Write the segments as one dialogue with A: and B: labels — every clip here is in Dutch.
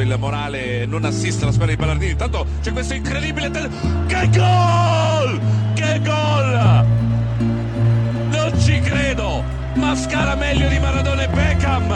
A: il morale non assiste alla squadra di Ballardini. Intanto c'è questo incredibile che gol! Che gol! Non ci credo! Mascara meglio di Maradona e Beckham!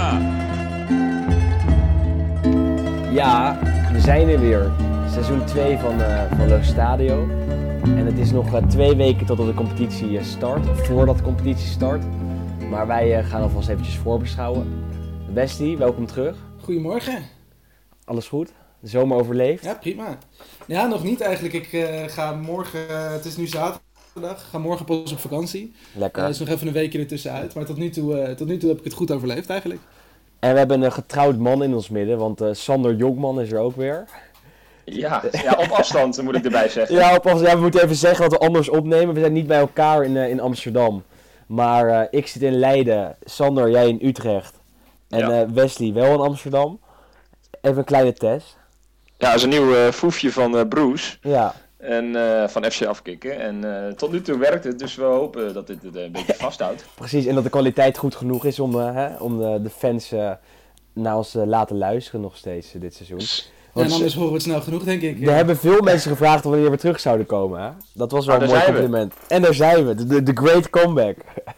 B: Ja, we zijn er weer. Seizoen 2 van Lo Stadio. En het is nog 2 weken totdat de competitie start, of voordat de competitie start. Maar wij gaan alvast eventjes voorbeschouwen. Wesley, welkom terug.
C: Goedemorgen.
B: Alles goed? De zomer overleefd?
C: Ja, prima. Ja, nog niet eigenlijk. Ik ga morgen, het is nu zaterdag, ga morgen pas op vakantie.
B: Lekker.
C: Dus nog even een weekje ertussenuit. Maar tot nu toe heb ik het goed overleefd eigenlijk.
B: En we hebben een getrouwd man in ons midden, want Sander Jongman is er ook weer.
D: Ja, op afstand moet ik erbij zeggen.
B: Ja, we moeten even zeggen wat we anders opnemen. We zijn niet bij elkaar in Amsterdam. Maar ik zit in Leiden, Sander, jij in Utrecht. En Wesley wel in Amsterdam. Even een kleine test.
D: Ja, dat is een nieuw foefje van Bruce.
B: Ja.
D: En van FC Afkikken. En tot nu toe werkt het, dus we hopen dat dit het een beetje vasthoudt.
B: Precies, en dat de kwaliteit goed genoeg is om de fans naar ons te laten luisteren nog steeds dit seizoen.
C: En anders horen we het snel genoeg, denk ik.
B: Er hebben veel mensen gevraagd of wanneer we terug zouden komen. Hè? Dat was wel een mooi compliment. En daar zijn we, de great comeback.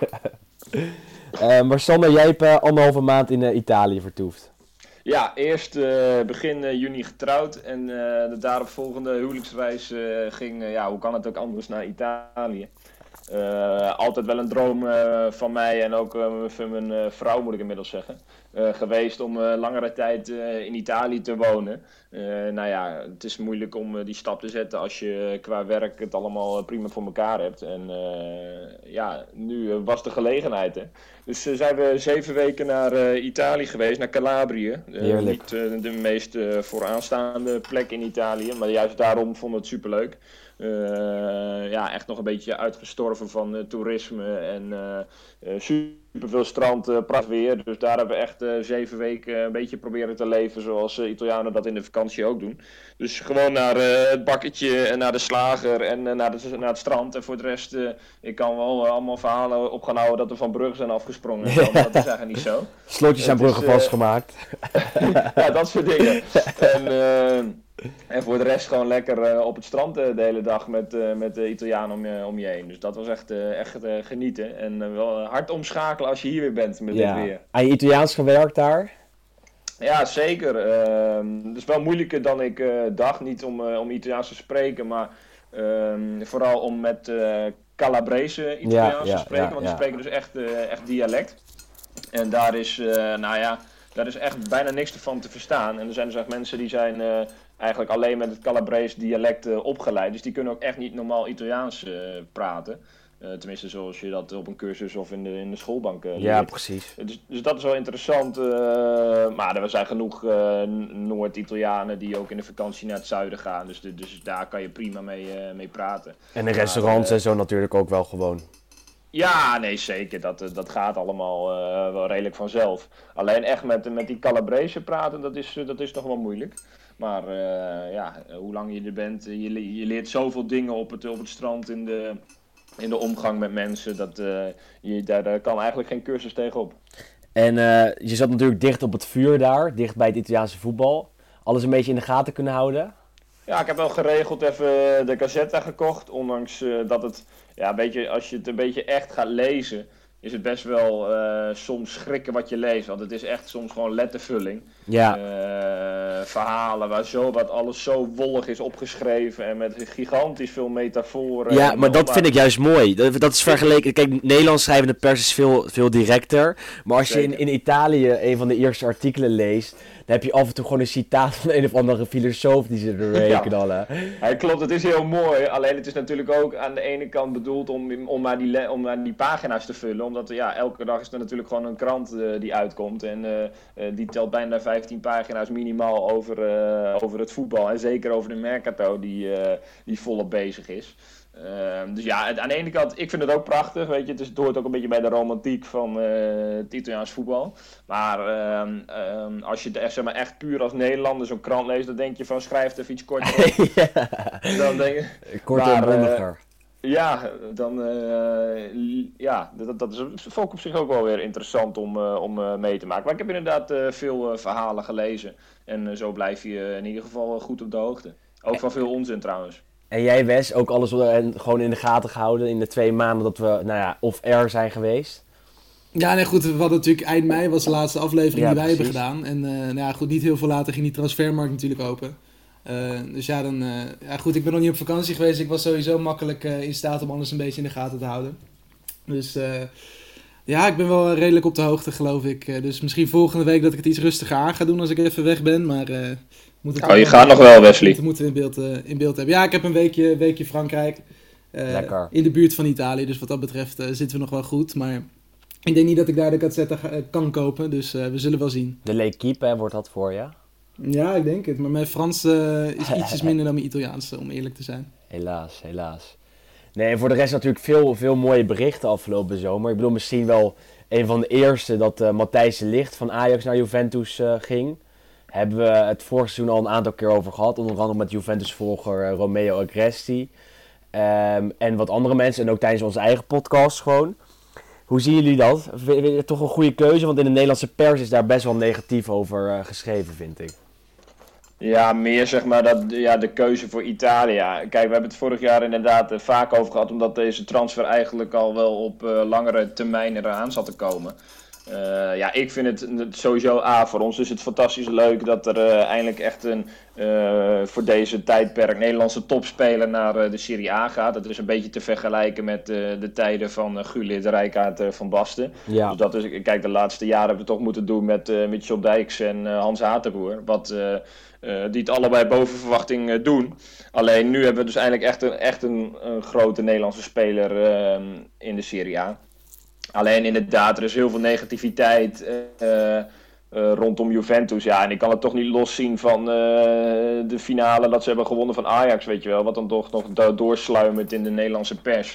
B: Maar Sander, jij hebt 1,5 maand in Italië vertoefd.
D: Ja, eerst begin juni getrouwd en de daaropvolgende huwelijksreis ging, hoe kan het ook anders, naar Italië. Altijd wel een droom van mij en ook van mijn vrouw, moet ik inmiddels zeggen, geweest om langere tijd in Italië te wonen. Het is moeilijk om die stap te zetten als je qua werk het allemaal prima voor elkaar hebt. En nu was de gelegenheid. Hè. Dus zijn we 7 weken naar Italië geweest, naar Calabrië. Niet de meest vooraanstaande plek in Italië, maar juist daarom vonden we het superleuk. Echt nog een beetje uitgestorven van toerisme en superveel strand, prachtig weer. Dus daar hebben we echt 7 weken een beetje proberen te leven zoals Italianen dat in de vakantie ook doen. Dus gewoon naar het bakketje en naar de slager en naar het strand. En voor de rest, ik kan wel allemaal verhalen op gaan houden dat we van bruggen zijn afgesprongen. En zo, maar dat is eigenlijk niet zo.
B: Slotjes aan bruggen vastgemaakt.
D: Ja, dat soort dingen. En voor de rest gewoon lekker op het strand de hele dag met de Italianen om je heen. Dus dat was echt genieten. En wel hard omschakelen als je hier weer bent met dit weer.
B: Aan je Italiaans gewerkt daar?
D: Ja, zeker. Het is wel moeilijker dan ik dacht. Niet om Italiaans te spreken, maar vooral om met Calabrese Italiaans te spreken. Want die spreken dus echt dialect. En daar is, daar is echt bijna niks van te verstaan. En er zijn dus echt mensen die zijn eigenlijk alleen met het Calabrese dialect opgeleid. Dus die kunnen ook echt niet normaal Italiaans praten. Tenminste zoals je dat op een cursus of in de schoolbank leert.
B: Ja, precies.
D: Dus dat is wel interessant. Maar er zijn genoeg Noord-Italianen die ook in de vakantie naar het zuiden gaan. Dus daar kan je prima mee praten.
B: En de restaurants en zo natuurlijk ook wel gewoon.
D: Ja, nee, zeker. Dat gaat allemaal wel redelijk vanzelf. Alleen echt met die Calabrese praten, dat is nog wel moeilijk. Maar hoe lang je er bent, je leert zoveel dingen op het strand in de omgang met mensen. Daar kan eigenlijk geen cursus tegenop.
B: En je zat natuurlijk dicht op het vuur daar, dicht bij het Italiaanse voetbal. Alles een beetje in de gaten kunnen houden?
D: Ja, ik heb wel geregeld even de Gazzetta gekocht. Ondanks dat het, als je het een beetje echt gaat lezen, is het best wel soms schrikken wat je leest. Want het is echt soms gewoon lettervulling.
B: Ja.
D: Verhalen waar alles zo wollig is opgeschreven en met gigantisch veel metaforen.
B: Ja, maar dat vind ik juist mooi. Dat is vergeleken. Kijk, Nederlands schrijvende pers is veel directer. Maar als je in Italië een van de eerste artikelen leest, dan heb je af en toe gewoon een citaat van een of andere filosoof die ze er doorheen knallen.
D: Ja, klopt, het is heel mooi. Alleen het is natuurlijk ook aan de ene kant bedoeld om maar die pagina's te vullen. Omdat elke dag is er natuurlijk gewoon een krant die uitkomt. En die telt bijna 15 pagina's minimaal over het voetbal. En zeker over de Mercato die volop bezig is. Dus aan de ene kant, ik vind het ook prachtig, weet je, het hoort ook een beetje bij de romantiek van het Italiaans voetbal. Maar als je echt puur als Nederlander zo'n krant leest, dan denk je van schrijf het even iets korter op. Dan denk je,
B: korter en bondiger.
D: Ja, dan, dat is vond ik op zich ook wel weer interessant om mee te maken. Maar ik heb inderdaad veel verhalen gelezen. En zo blijf je in ieder geval goed op de hoogte. Ook van veel onzin trouwens.
B: En jij Wes, ook alles gewoon in de gaten gehouden in de 2 maanden dat we off-air zijn geweest?
C: Ja, nee, goed. We hadden natuurlijk eind mei was de laatste aflevering die wij hebben
B: precies.
C: gedaan. En goed, niet heel veel later ging die transfermarkt natuurlijk open. Dus ja, goed, ik ben nog niet op vakantie geweest. Ik was sowieso makkelijk in staat om alles een beetje in de gaten te houden. Dus ja, ik ben wel redelijk op de hoogte, geloof ik. Dus misschien volgende week dat ik het iets rustiger aan ga doen als ik even weg ben. Maar moet het
D: Je gaat nog wel, Wesley.
C: moeten we in beeld hebben. Ja, ik heb een weekje Frankrijk.
B: Lekker.
C: In de buurt van Italië. Dus wat dat betreft zitten we nog wel goed. Maar ik denk niet dat ik daar de Gazzetta kan kopen. Dus we zullen wel zien.
B: De L'Équipe, wordt dat voor je?
C: Ja, ik denk het. Maar mijn Frans is ietsjes minder dan mijn Italiaans, om eerlijk te zijn.
B: Helaas. Nee, en voor de rest natuurlijk veel mooie berichten afgelopen zomer. Ik bedoel misschien wel een van de eerste dat Matthijs de Ligt van Ajax naar Juventus ging. Hebben we het vorig seizoen al een aantal keer over gehad. Onder andere met Juventus-volger Romeo Agresti. En wat andere mensen. En ook tijdens onze eigen podcast gewoon. Hoe zien jullie dat? Vind je het toch een goede keuze? Want in de Nederlandse pers is daar best wel negatief over geschreven, vind ik.
D: Ja, meer zeg maar de keuze voor Italië. Kijk, we hebben het vorig jaar inderdaad vaak over gehad, omdat deze transfer eigenlijk al wel op langere termijn eraan zat te komen. Ik vind het sowieso voor ons is het fantastisch leuk dat er eindelijk echt voor deze tijdperk Nederlandse topspeler naar de Serie A gaat. Dat is een beetje te vergelijken met de tijden van Gullit, Rijkaard, Van Basten.
B: Ja.
D: Dus dat is, kijk, de laatste jaren hebben we het toch moeten doen met Mitchell Dijks en Hans Hatenboer. Die het allebei boven verwachting doen. Alleen nu hebben we dus eindelijk echt een grote Nederlandse speler in de Serie A. Alleen inderdaad, er is heel veel negativiteit rondom Juventus. Ja, en ik kan het toch niet loszien van de finale dat ze hebben gewonnen van Ajax, weet je wel. Wat dan toch nog doorsluimert in de Nederlandse pers.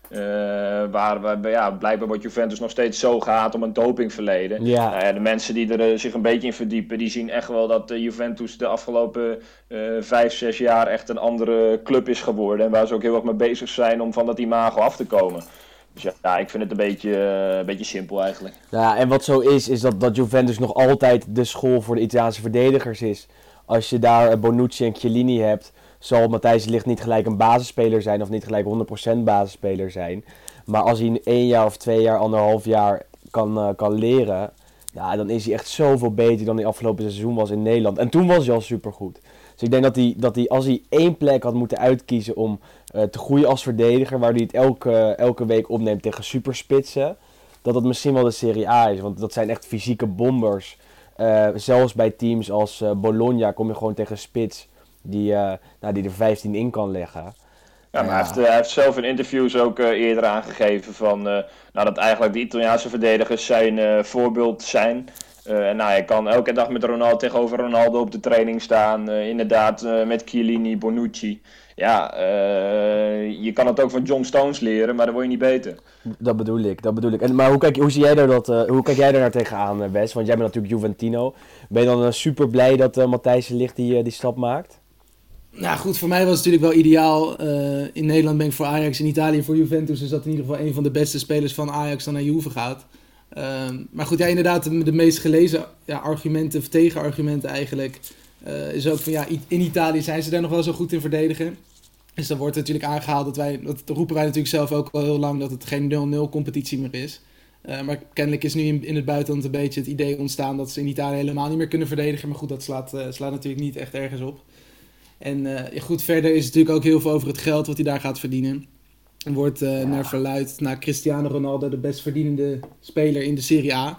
D: Waar blijkbaar wordt Juventus nog steeds zo gehaat om een dopingverleden.
B: Ja.
D: Nou ja, de mensen die er zich een beetje in verdiepen, die zien echt wel dat Juventus de afgelopen 5-6 jaar echt een andere club is geworden. En waar ze ook heel erg mee bezig zijn om van dat imago af te komen. Dus ja, ik vind het een beetje simpel eigenlijk.
B: Ja, en wat zo is dat Juventus nog altijd de school voor de Italiaanse verdedigers is. Als je daar Bonucci en Chiellini hebt, zal Matthijs de Ligt niet gelijk een basisspeler zijn of niet gelijk 100% basisspeler zijn. Maar als hij in 1 jaar of 2 jaar, 1,5 jaar kan leren, ja, dan is hij echt zoveel beter dan hij afgelopen seizoen was in Nederland. En toen was hij al supergoed. Dus ik denk dat hij als hij 1 plek had moeten uitkiezen om te groeien als verdediger, waar hij het elke week opneemt tegen superspitsen, dat het misschien wel de Serie A is. Want dat zijn echt fysieke bombers. Zelfs bij teams als Bologna kom je gewoon tegen een spits die er 15 in kan leggen.
D: Ja, maar hij heeft zelf in interviews ook eerder aangegeven dat eigenlijk de Italiaanse verdedigers zijn voorbeeld zijn. Hij kan elke dag met tegenover Ronaldo op de training staan. Inderdaad, met Chiellini, Bonucci. Ja, je kan het ook van John Stones leren, maar dan word je niet beter.
B: Dat bedoel ik. Maar hoe kijk jij daar naar tegenaan, Wes? Want jij bent natuurlijk Juventino. Ben je dan super blij dat Matthijs de Ligt die stap maakt?
C: Nou goed, voor mij was het natuurlijk wel ideaal. In Nederland ben ik voor Ajax, in Italië voor Juventus. Dus dat in ieder geval een van de beste spelers van Ajax dan naar Juve gaat. Maar goed, ja, inderdaad, de meest gelezen argumenten of tegenargumenten eigenlijk is ook van in Italië zijn ze daar nog wel zo goed in verdedigen. Dus dan wordt natuurlijk aangehaald dat roepen wij natuurlijk zelf ook al heel lang, dat het geen 0-0 competitie meer is. Maar kennelijk is nu in het buitenland een beetje het idee ontstaan dat ze in Italië helemaal niet meer kunnen verdedigen. Maar goed, dat slaat natuurlijk niet echt ergens op. En goed, verder is het natuurlijk ook heel veel over het geld wat hij daar gaat verdienen. Er wordt naar verluidt naar Cristiano Ronaldo de best verdienende speler in de Serie A.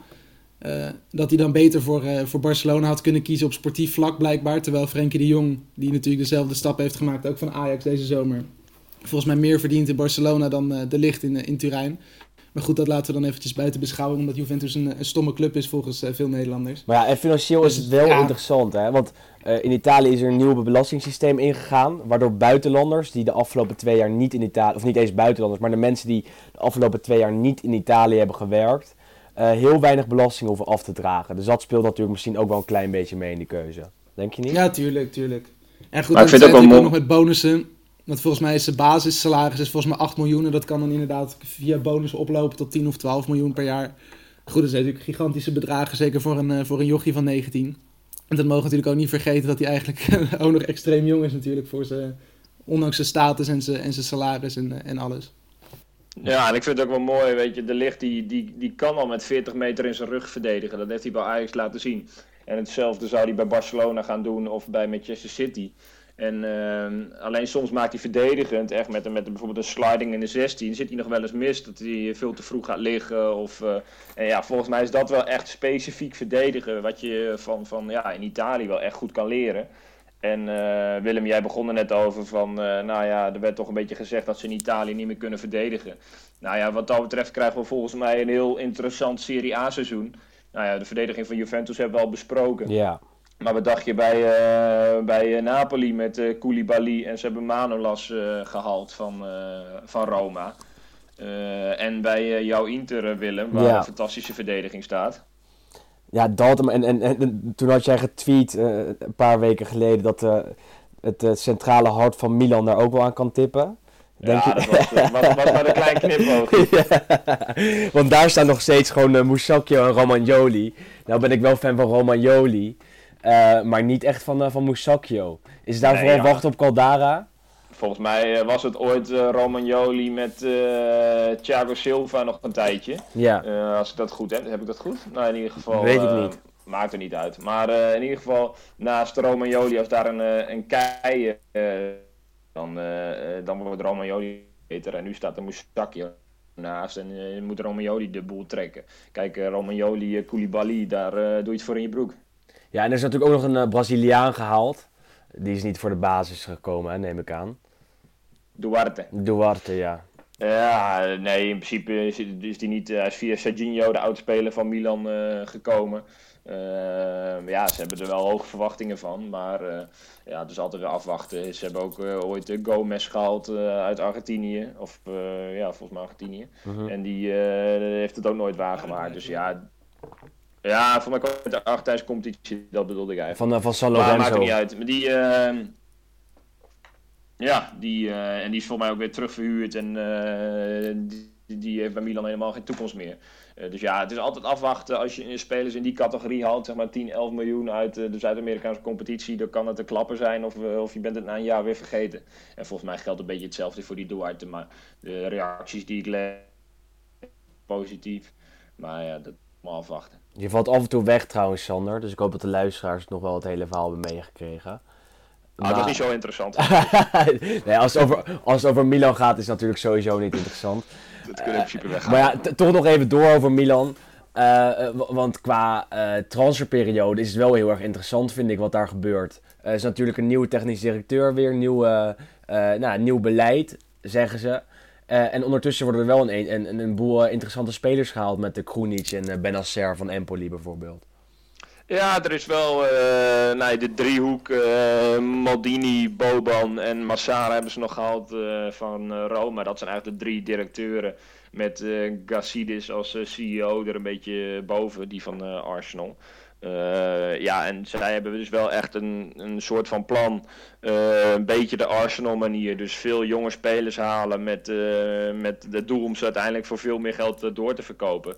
C: Dat hij dan beter voor Barcelona had kunnen kiezen op sportief vlak blijkbaar. Terwijl Frenkie de Jong, die natuurlijk dezelfde stap heeft gemaakt, ook van Ajax deze zomer, volgens mij meer verdient in Barcelona dan de Ligt in Turijn. Maar goed, dat laten we dan eventjes buiten beschouwen, omdat Juventus een stomme club is volgens veel Nederlanders.
B: Maar ja, en financieel is het wel interessant, hè? Want in Italië is er een nieuw belastingssysteem ingegaan, waardoor buitenlanders die de afgelopen 2 jaar niet in Italië, of niet eens buitenlanders, maar de mensen die de afgelopen 2 jaar niet in Italië hebben gewerkt, heel weinig belasting hoeven af te dragen. Dus dat speelt natuurlijk misschien ook wel een klein beetje mee in die keuze. Denk je niet?
C: Ja, tuurlijk. En goed,
D: maar
C: ik vind het ook nog met bonussen. Want volgens mij is zijn basissalaris is volgens mij 8 miljoen. En dat kan dan inderdaad via bonus oplopen tot 10 of 12 miljoen per jaar. Goed, dat zijn natuurlijk gigantische bedragen, zeker voor een jochie van 19. En dat mogen we natuurlijk ook niet vergeten dat hij eigenlijk ook nog extreem jong is natuurlijk. Ondanks zijn status en zijn salaris en alles.
D: Ja, en ik vind het ook wel mooi, weet je, De Ligt die kan al met 40 meter in zijn rug verdedigen. Dat heeft hij bij Ajax laten zien. En hetzelfde zou hij bij Barcelona gaan doen of bij Manchester City. En alleen soms maakt hij verdedigend, echt met bijvoorbeeld een sliding in de 16, zit hij nog wel eens mis, dat hij veel te vroeg gaat liggen. En ja, volgens mij is dat wel echt specifiek verdedigen, wat je van in Italië wel echt goed kan leren. En Willem, jij begon er net over van, er werd toch een beetje gezegd dat ze in Italië niet meer kunnen verdedigen. Nou ja, wat dat betreft krijgen we volgens mij een heel interessant Serie A seizoen. Nou ja, de verdediging van Juventus hebben we al besproken.
B: Ja.
D: Maar wat dacht je bij Napoli met Koulibaly en ze hebben Manolas gehaald van Roma. En bij jouw Inter, Willem, waar een fantastische verdediging staat.
B: Ja, dat en toen had jij getweet een paar weken geleden dat het centrale hart van Milan daar ook wel aan kan tippen.
D: Denk je... dat was maar een klein knipoog.
B: Ja, want daar staan nog steeds gewoon Musacchio en Romagnoli. Nou ben ik wel fan van Romagnoli, maar niet echt van Musacchio. Is het daar vooral wachten op Caldara?
D: Volgens mij was het ooit Romagnoli met Thiago Silva nog een tijdje.
B: Ja.
D: Als ik dat goed heb. Heb ik dat goed? Nou, in ieder geval...
B: Weet ik niet.
D: Maakt er niet uit. Maar in ieder geval, naast Romagnoli, als daar een kei... dan wordt Romagnoli beter. En nu staat er Musacchio naast en moet Romagnoli de boel trekken. Kijk, Romagnoli, Koulibaly, daar doe je het voor in je broek.
B: Ja, en er is natuurlijk ook nog een Braziliaan gehaald. Die is niet voor de basis gekomen, hè, neem ik aan. Duarte, ja.
D: Ja, nee, in principe is die niet... Hij is via Serginho, de oudspeler van Milan, gekomen. Ze hebben er wel hoge verwachtingen van, maar het is altijd weer afwachten. Ze hebben ook ooit Gomez gehaald uit Argentinië, volgens mij Argentinië. Uh-huh. En die heeft het ook nooit waargemaakt, dus ja, voor mij kwam het de Argentijnse competitie, dat bedoelde ik eigenlijk.
B: Van San Lorenzo.
D: Maar maakt er niet uit. Maar die is volgens mij ook weer terugverhuurd en die heeft bij Milan helemaal geen toekomst meer. Dus ja, het is altijd afwachten als je spelers in die categorie haalt, zeg maar 10, 11 miljoen uit de Zuid-Amerikaanse competitie, dan kan het een klapper zijn of je bent het na een jaar weer vergeten. En volgens mij geldt een beetje hetzelfde voor die Duarte, maar de reacties die ik lees, positief. Maar ja, dat moet afwachten.
B: Je valt af en toe weg trouwens, Sander, dus ik hoop dat de luisteraars nog wel het hele verhaal hebben meegekregen.
D: Dat is niet zo interessant.
B: Nee, als het over Milan gaat, is het natuurlijk sowieso niet interessant.
D: Dat kunnen in principe weggaan.
B: Maar ja, toch nog even door over Milan. Want qua transferperiode is het wel heel erg interessant, vind ik, wat daar gebeurt. Er is natuurlijk een nieuwe technisch directeur weer, nieuw beleid, zeggen ze. En ondertussen worden er wel een boel interessante spelers gehaald met de Krunic en Benacer van Empoli bijvoorbeeld.
D: Ja, er is wel de driehoek, Maldini, Boban en Massara hebben ze nog gehaald van Roma. Dat zijn eigenlijk de 3 directeuren met Gassidis als CEO er een beetje boven, die van Arsenal. En zij hebben dus wel echt een soort van plan, een beetje de Arsenal manier. Dus veel jonge spelers halen met de doel om ze uiteindelijk voor veel meer geld door te verkopen.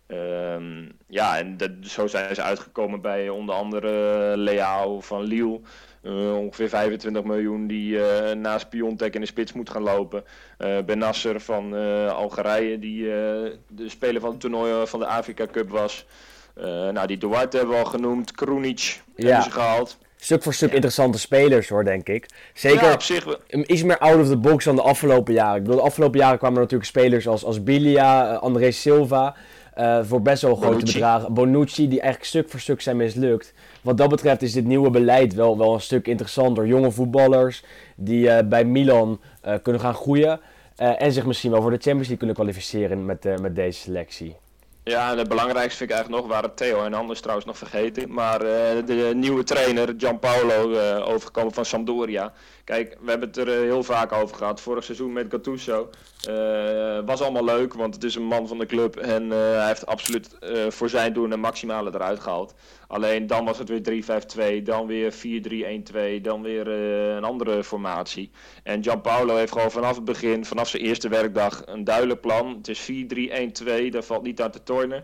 D: Zo zijn ze uitgekomen bij onder andere Leao van Lille. Ongeveer 25 miljoen die naast Piontek in de spits moet gaan lopen. Benasser van Algerije, die de speler van het toernooi van de Afrika Cup was. Die Duarte hebben we al genoemd. Krunic hebben ze gehaald.
B: Stuk voor stuk interessante spelers hoor, denk ik. Zeker
D: op zich
B: iets meer out of the box dan de afgelopen jaren. Ik bedoel, de afgelopen jaren kwamen er natuurlijk spelers als Bilia, André Silva. Voor best wel grote bedragen. Bonucci, die eigenlijk stuk voor stuk zijn mislukt. Wat dat betreft is dit nieuwe beleid wel een stuk interessanter. Jonge voetballers die bij Milan kunnen gaan groeien. En zich misschien wel voor de Champions League kunnen kwalificeren met deze selectie.
D: Ja, en het belangrijkste vind ik eigenlijk nog, waren Theo en Anders trouwens nog vergeten. Maar de nieuwe trainer, Gianpaolo, overgekomen van Sampdoria. Kijk, we hebben het er heel vaak over gehad. Vorig seizoen met Gattuso. Was allemaal leuk, want het is een man van de club. En hij heeft absoluut voor zijn doen een maximale eruit gehaald. Alleen dan was het weer 3-5-2, dan weer 4-3-1-2, dan weer een andere formatie. En Gianpaolo heeft gewoon vanaf het begin, vanaf zijn eerste werkdag, een duidelijk plan. Het is 4-3-1-2, daar valt niet aan te tornen.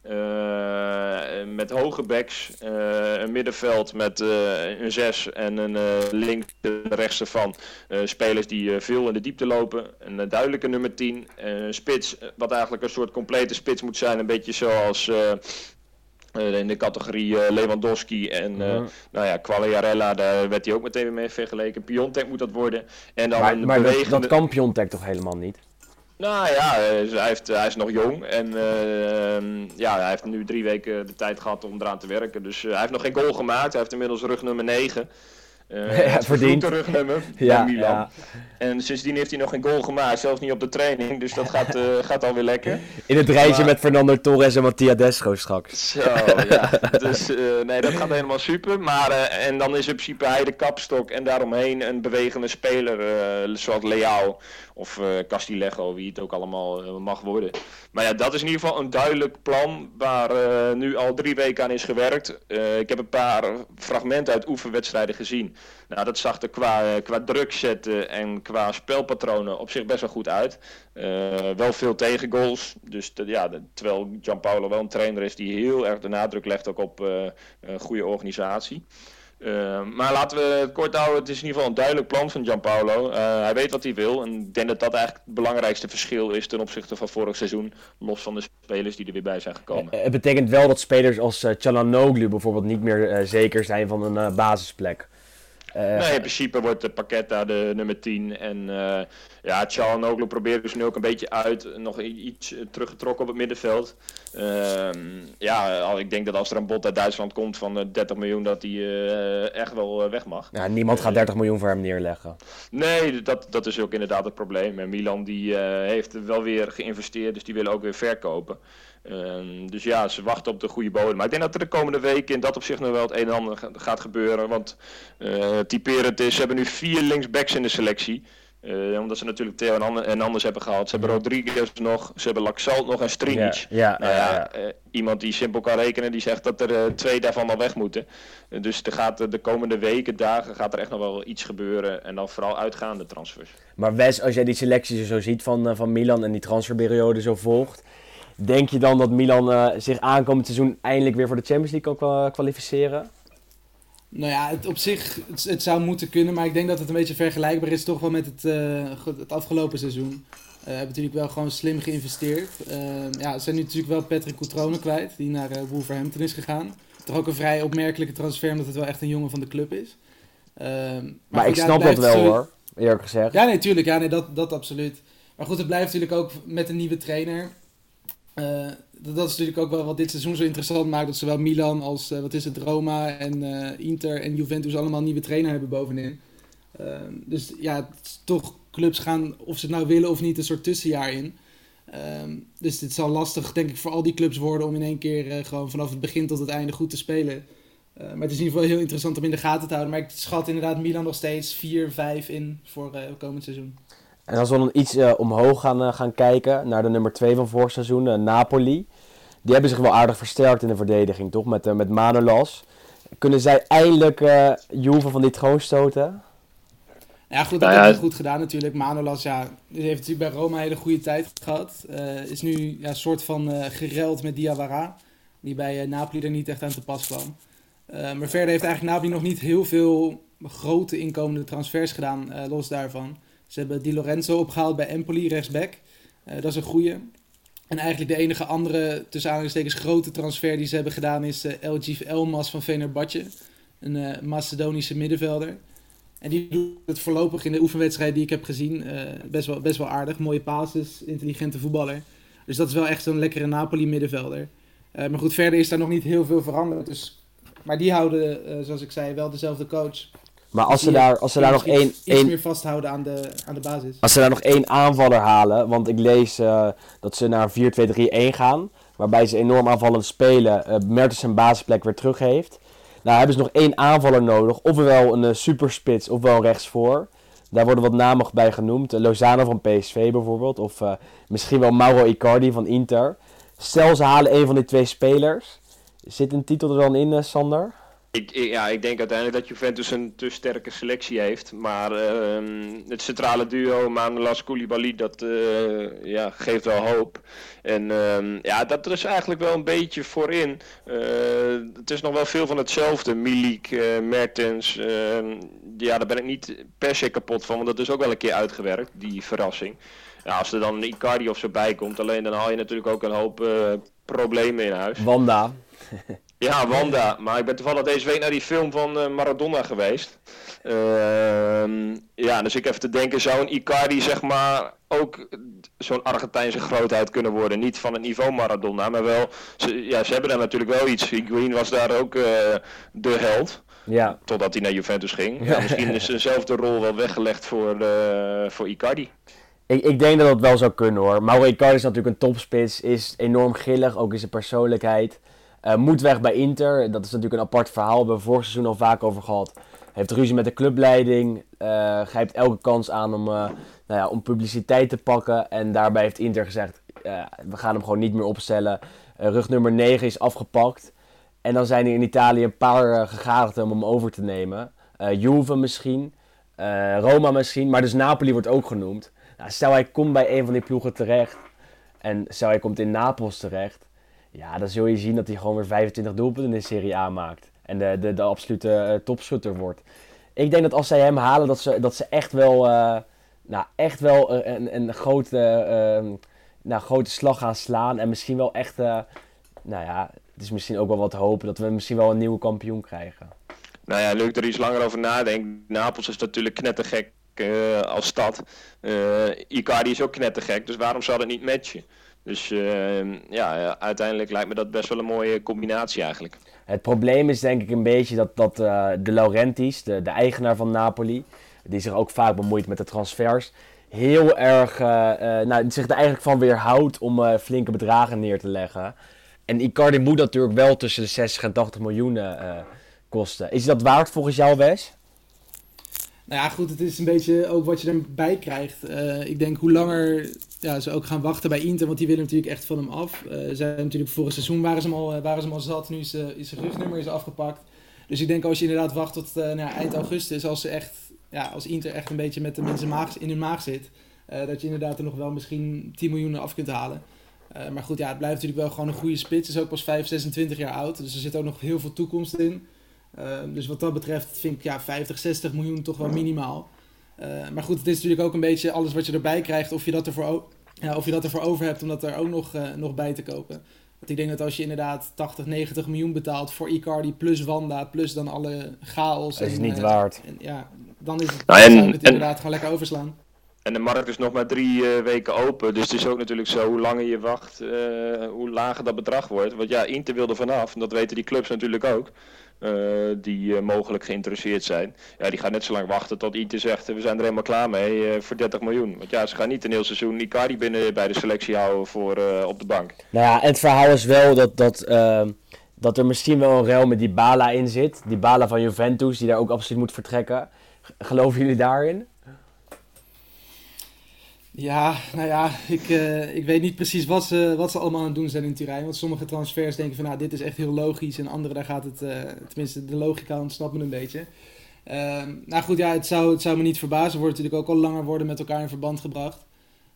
D: Met hoge backs, een middenveld met een 6 en een links en rechts ervan. Spelers die veel in de diepte lopen. Een duidelijke nummer 10. Spits, wat eigenlijk een soort complete spits moet zijn. Een beetje zoals in de categorie Lewandowski en Quagliarella, daar werd hij ook meteen weer mee vergeleken. Piontek moet dat worden. En dan
B: maar dat kan Piontek toch helemaal niet?
D: Nou ja, hij is nog jong en hij heeft nu 3 weken de tijd gehad om eraan te werken. Dus hij heeft nog geen goal gemaakt, hij heeft inmiddels rug nummer 9. Het verdiende rugnummer bij Milan. Ja. En sindsdien heeft hij nog geen goal gemaakt, zelfs niet op de training. Dus dat gaat alweer lekker.
B: In het rijtje met Fernando Torres en Mattia Desco straks.
D: Zo, ja. Dus nee, dat gaat helemaal super. Maar, en dan is in principe hij de kapstok en daaromheen een bewegende speler zoals Leao of Castillejo, wie het ook allemaal mag worden. Maar ja, dat is in ieder geval een duidelijk plan waar nu al 3 weken aan is gewerkt. Ik heb een paar fragmenten uit oefenwedstrijden gezien. Nou, dat zag er qua druk zetten en qua spelpatronen op zich best wel goed uit. Wel veel tegengoals. Dus terwijl Gianpaolo wel een trainer is die heel erg de nadruk legt ook op een goede organisatie. Maar laten we het kort houden. Het is in ieder geval een duidelijk plan van Gianpaolo. Hij weet wat hij wil. En ik denk dat dat eigenlijk het belangrijkste verschil is ten opzichte van vorig seizoen. Los van de spelers die er weer bij zijn gekomen.
B: Het betekent wel dat spelers als Çalhanoğlu bijvoorbeeld niet meer zeker zijn van een basisplek.
D: Nee, in principe wordt Paqueta de nummer 10 en Çalhanoğlu probeert dus nu ook een beetje uit, nog iets teruggetrokken op het middenveld. Ik denk dat als er een bod uit Duitsland komt van 30 miljoen, dat hij echt wel weg mag.
B: Ja, niemand gaat 30 miljoen voor hem neerleggen.
D: Nee, dat is ook inderdaad het probleem. En Milan die heeft wel weer geïnvesteerd, dus die willen ook weer verkopen. Dus ja, ze wachten op de goede bodem. Maar ik denk dat er de komende weken in dat opzicht nog wel het een en ander gaat gebeuren. Want typerend is, ze hebben nu 4 linksbacks in de selectie. Omdat ze natuurlijk Theo en Anders hebben gehaald. Ze hebben Rodriguez nog, ze hebben Laxalt nog en Strinic. Iemand die simpel kan rekenen, die zegt dat er 2 daarvan al weg moeten. Dus er gaat de komende weken, dagen, gaat er echt nog wel iets gebeuren. En dan vooral uitgaande transfers.
B: Maar Wes, als jij die selectie zo ziet van Milan en die transferperiode zo volgt, denk je dan dat Milan zich aankomend seizoen eindelijk weer voor de Champions League kan kwalificeren?
C: Nou ja, op zich, het zou moeten kunnen, maar ik denk dat het een beetje vergelijkbaar is toch wel met het afgelopen seizoen. Hebben natuurlijk wel gewoon slim geïnvesteerd. Ze zijn nu natuurlijk wel Patrick Cutrone kwijt, die naar Wolverhampton is gegaan. Toch ook een vrij opmerkelijke transfer, omdat het wel echt een jongen van de club is.
B: Maar ik snap dat wel hoor, eerlijk gezegd.
C: Ja, nee, tuurlijk. Ja, nee, dat absoluut. Maar goed, het blijft natuurlijk ook met een nieuwe trainer. Dat is natuurlijk ook wel wat dit seizoen zo interessant maakt. Dat zowel Milan als Roma en Inter en Juventus allemaal een nieuwe trainer hebben bovenin. Dus ja, het is toch clubs gaan, of ze het nou willen of niet, een soort tussenjaar in. Dus dit zal lastig, denk ik, voor al die clubs worden om in één keer gewoon vanaf het begin tot het einde goed te spelen. Maar het is in ieder geval heel interessant om in de gaten te houden. Maar ik schat inderdaad Milan nog steeds 4-5 in voor komend seizoen.
B: En als we dan iets omhoog gaan kijken naar de nummer 2 van vorig seizoen, Napoli. Die hebben zich wel aardig versterkt in de verdediging, toch? Met Manolas. Kunnen zij eindelijk Juve van die troon stoten?
C: Ja, goed, dat heeft hij goed gedaan natuurlijk. Manolas, die heeft natuurlijk bij Roma een hele goede tijd gehad. Is nu een soort van gereld met Diawara, die bij Napoli er niet echt aan te pas kwam. Maar verder heeft eigenlijk Napoli nog niet heel veel grote inkomende transfers gedaan, los daarvan. Ze hebben Di Lorenzo opgehaald bij Empoli, rechtsback. Dat is een goeie. En eigenlijk de enige andere, tussen aanhalingstekens, grote transfer die ze hebben gedaan is Elgif Elmas van Fenerbahce. Een Macedonische middenvelder. En die doet het voorlopig in de oefenwedstrijd die ik heb gezien best wel aardig. Mooie passes, intelligente voetballer. Dus dat is wel echt zo'n lekkere Napoli middenvelder. Maar goed, verder is daar nog niet heel veel veranderd. Dus, maar die houden, zoals ik zei, wel dezelfde coach.
B: Maar als ze daar nog
C: iets meer vasthouden aan de basis.
B: Als ze daar nog 1 aanvaller halen, want ik lees dat ze naar 4-2-3-1 gaan, waarbij ze enorm aanvallend spelen, Mertens zijn basisplek weer terug heeft. Nou hebben ze nog 1 aanvaller nodig, ofwel een superspits ofwel rechtsvoor. Daar worden wat namen bij genoemd, Lozano van PSV bijvoorbeeld, of misschien wel Mauro Icardi van Inter. Stel ze halen een van die 2 spelers, zit een titel er dan in, Sander?
D: Ik denk uiteindelijk dat Juventus een te sterke selectie heeft. Maar het centrale duo Manolas Koulibaly, dat geeft wel hoop. En dat is eigenlijk wel een beetje voorin. Het is nog wel veel van hetzelfde. Milik, Mertens. Daar ben ik niet per se kapot van. Want dat is ook wel een keer uitgewerkt, die verrassing. Ja, als er dan een Icardi of zo bij komt, alleen dan haal je natuurlijk ook een hoop problemen in huis.
B: Wanda.
D: Ja, Wanda. Maar ik ben toevallig deze week naar die film van Maradona geweest. Dus ik even te denken, zou een Icardi zeg maar ook zo'n Argentijnse grootheid kunnen worden? Niet van het niveau Maradona, maar wel, ze hebben daar natuurlijk wel iets. Higuaín was daar ook de held.
B: Ja.
D: Totdat hij naar Juventus ging. Ja, misschien is dezelfde rol wel weggelegd voor Icardi.
B: Ik denk dat dat wel zou kunnen hoor. Mauro Icardi is natuurlijk een topspits, is enorm grillig, ook in zijn persoonlijkheid. Moet weg bij Inter, dat is natuurlijk een apart verhaal, daar hebben we vorig seizoen al vaak over gehad. Heeft ruzie met de clubleiding, grijpt elke kans aan om publiciteit te pakken. En daarbij heeft Inter gezegd, we gaan hem gewoon niet meer opstellen. Rug nummer 9 is afgepakt. En dan zijn er in Italië een paar gegadigden om hem over te nemen. Juve misschien, Roma misschien, maar dus Napoli wordt ook genoemd. Nou, stel hij komt bij een van die ploegen terecht en stel hij komt in Napels terecht. Ja, dan zul je zien dat hij gewoon weer 25 doelpunten in de Serie A maakt. En de absolute topschutter wordt. Ik denk dat als zij hem halen, dat ze echt wel een grote slag gaan slaan. En misschien wel echt, het is misschien ook wel wat hopen dat we misschien wel een nieuwe kampioen krijgen.
D: Nou ja, nu ik er iets langer over nadenk. Napels is natuurlijk knettergek als stad. Icardi is ook knettergek, dus waarom zou dat niet matchen? Dus uiteindelijk lijkt me dat best wel een mooie combinatie eigenlijk.
B: Het probleem is denk ik een beetje dat De Laurentiis, de eigenaar van Napoli, die zich ook vaak bemoeit met de transfers, heel erg zich er eigenlijk van weerhoudt om flinke bedragen neer te leggen. En Icardi moet natuurlijk wel tussen de 60 en 80 miljoen kosten. Is dat waard volgens jou, Wes?
C: Nou ja, goed, het is een beetje ook wat je erbij krijgt. Ik denk hoe langer ze ook gaan wachten bij Inter, want die willen natuurlijk echt van hem af. Zij natuurlijk vorig seizoen waren ze hem al zat, nu is zijn rugnummer afgepakt. Dus ik denk als je inderdaad wacht tot eind augustus, als Inter echt een beetje met hem in hun maag zit, dat je inderdaad er nog wel misschien 10 miljoen af kunt halen. Maar goed, het blijft natuurlijk wel gewoon een goede spits. Is ook pas 26 jaar oud, dus er zit ook nog heel veel toekomst in. Dus wat dat betreft vind ik 50, 60 miljoen toch wel minimaal. Maar goed, het is natuurlijk ook een beetje alles wat je erbij krijgt, of je dat ervoor over hebt om dat er ook nog bij te kopen. Want ik denk dat als je inderdaad 80, 90 miljoen betaalt voor Icardi plus Wanda, plus dan alle chaos.
B: Dat is niet waard.
C: Dan is het, zou ik het inderdaad gewoon lekker overslaan.
D: En de markt is nog maar 3 weken open, dus het is ook natuurlijk zo, hoe langer je wacht, hoe lager dat bedrag wordt. Want Inter wil er vanaf, en dat weten die clubs natuurlijk ook. Die mogelijk geïnteresseerd zijn. Ja, die gaan net zo lang wachten tot Inter zegt, we zijn er helemaal klaar mee voor 30 miljoen. Want ze gaan niet een heel seizoen Icardi binnen bij de selectie houden voor op de bank.
B: Nou ja, en het verhaal is wel dat er misschien wel een ruil met Dybala in zit. Dybala van Juventus, die daar ook absoluut moet vertrekken. Geloven jullie daarin?
C: Ja, ik weet niet precies wat ze allemaal aan het doen zijn in Turijn. Want sommige transfers denken van, dit is echt heel logisch. En andere, daar gaat het, tenminste de logica ontsnapt me een beetje. Het zou me niet verbazen. Wordt natuurlijk ook al langer worden met elkaar in verband gebracht.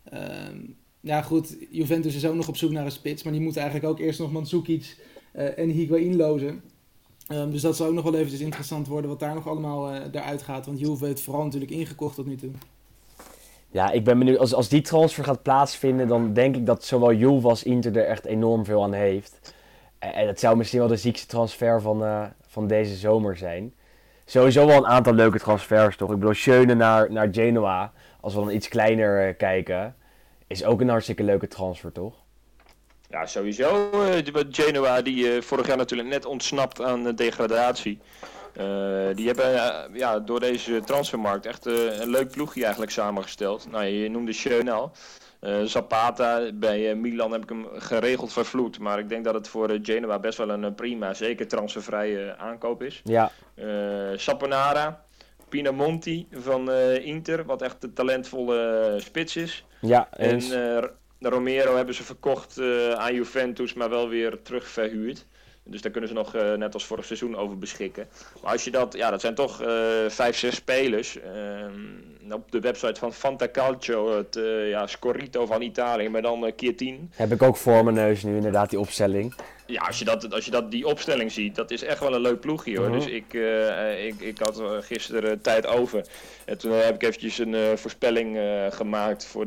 C: Juventus is ook nog op zoek naar een spits. Maar die moeten eigenlijk ook eerst nog Mandzukic en Higuaín lozen. Dus dat zal ook nog wel eventjes interessant worden wat daar nog allemaal eruit gaat. Want Juve heeft vooral natuurlijk ingekocht tot nu toe.
B: Ja, ik ben benieuwd. Als die transfer gaat plaatsvinden, dan denk ik dat zowel Juve als Inter er echt enorm veel aan heeft. En het zou misschien wel de ziekste transfer van deze zomer zijn. Sowieso wel een aantal leuke transfers, toch? Ik bedoel, Schöne naar Genoa, als we dan iets kleiner kijken, is ook een hartstikke leuke transfer, toch?
D: Ja, sowieso. Genoa, die vorig jaar natuurlijk net ontsnapt aan degradatie. Die hebben door deze transfermarkt echt een leuk ploegje eigenlijk samengesteld. Nou, je noemde Schöne al. Zapata, bij Milan heb ik hem geregeld vervloekt. Maar ik denk dat het voor Genoa best wel een prima, zeker transfervrije aankoop is.
B: Ja.
D: Saponara, Pinamonti van Inter, wat echt een talentvolle spits is.
B: Ja,
D: en Romero hebben ze verkocht aan Juventus, maar wel weer terugverhuurd. Dus daar kunnen ze nog net als vorig seizoen over beschikken. Maar als je dat zijn toch 5, 6 spelers. Op de website van Fantacalcio, het Scorrito van Italië, maar dan keer 10.
B: Heb ik ook voor mijn neus nu inderdaad, die opstelling.
D: Ja, als je die opstelling ziet, dat is echt wel een leuk ploegje hoor. Dus ik had gisteren tijd over. En toen heb ik eventjes een voorspelling gemaakt voor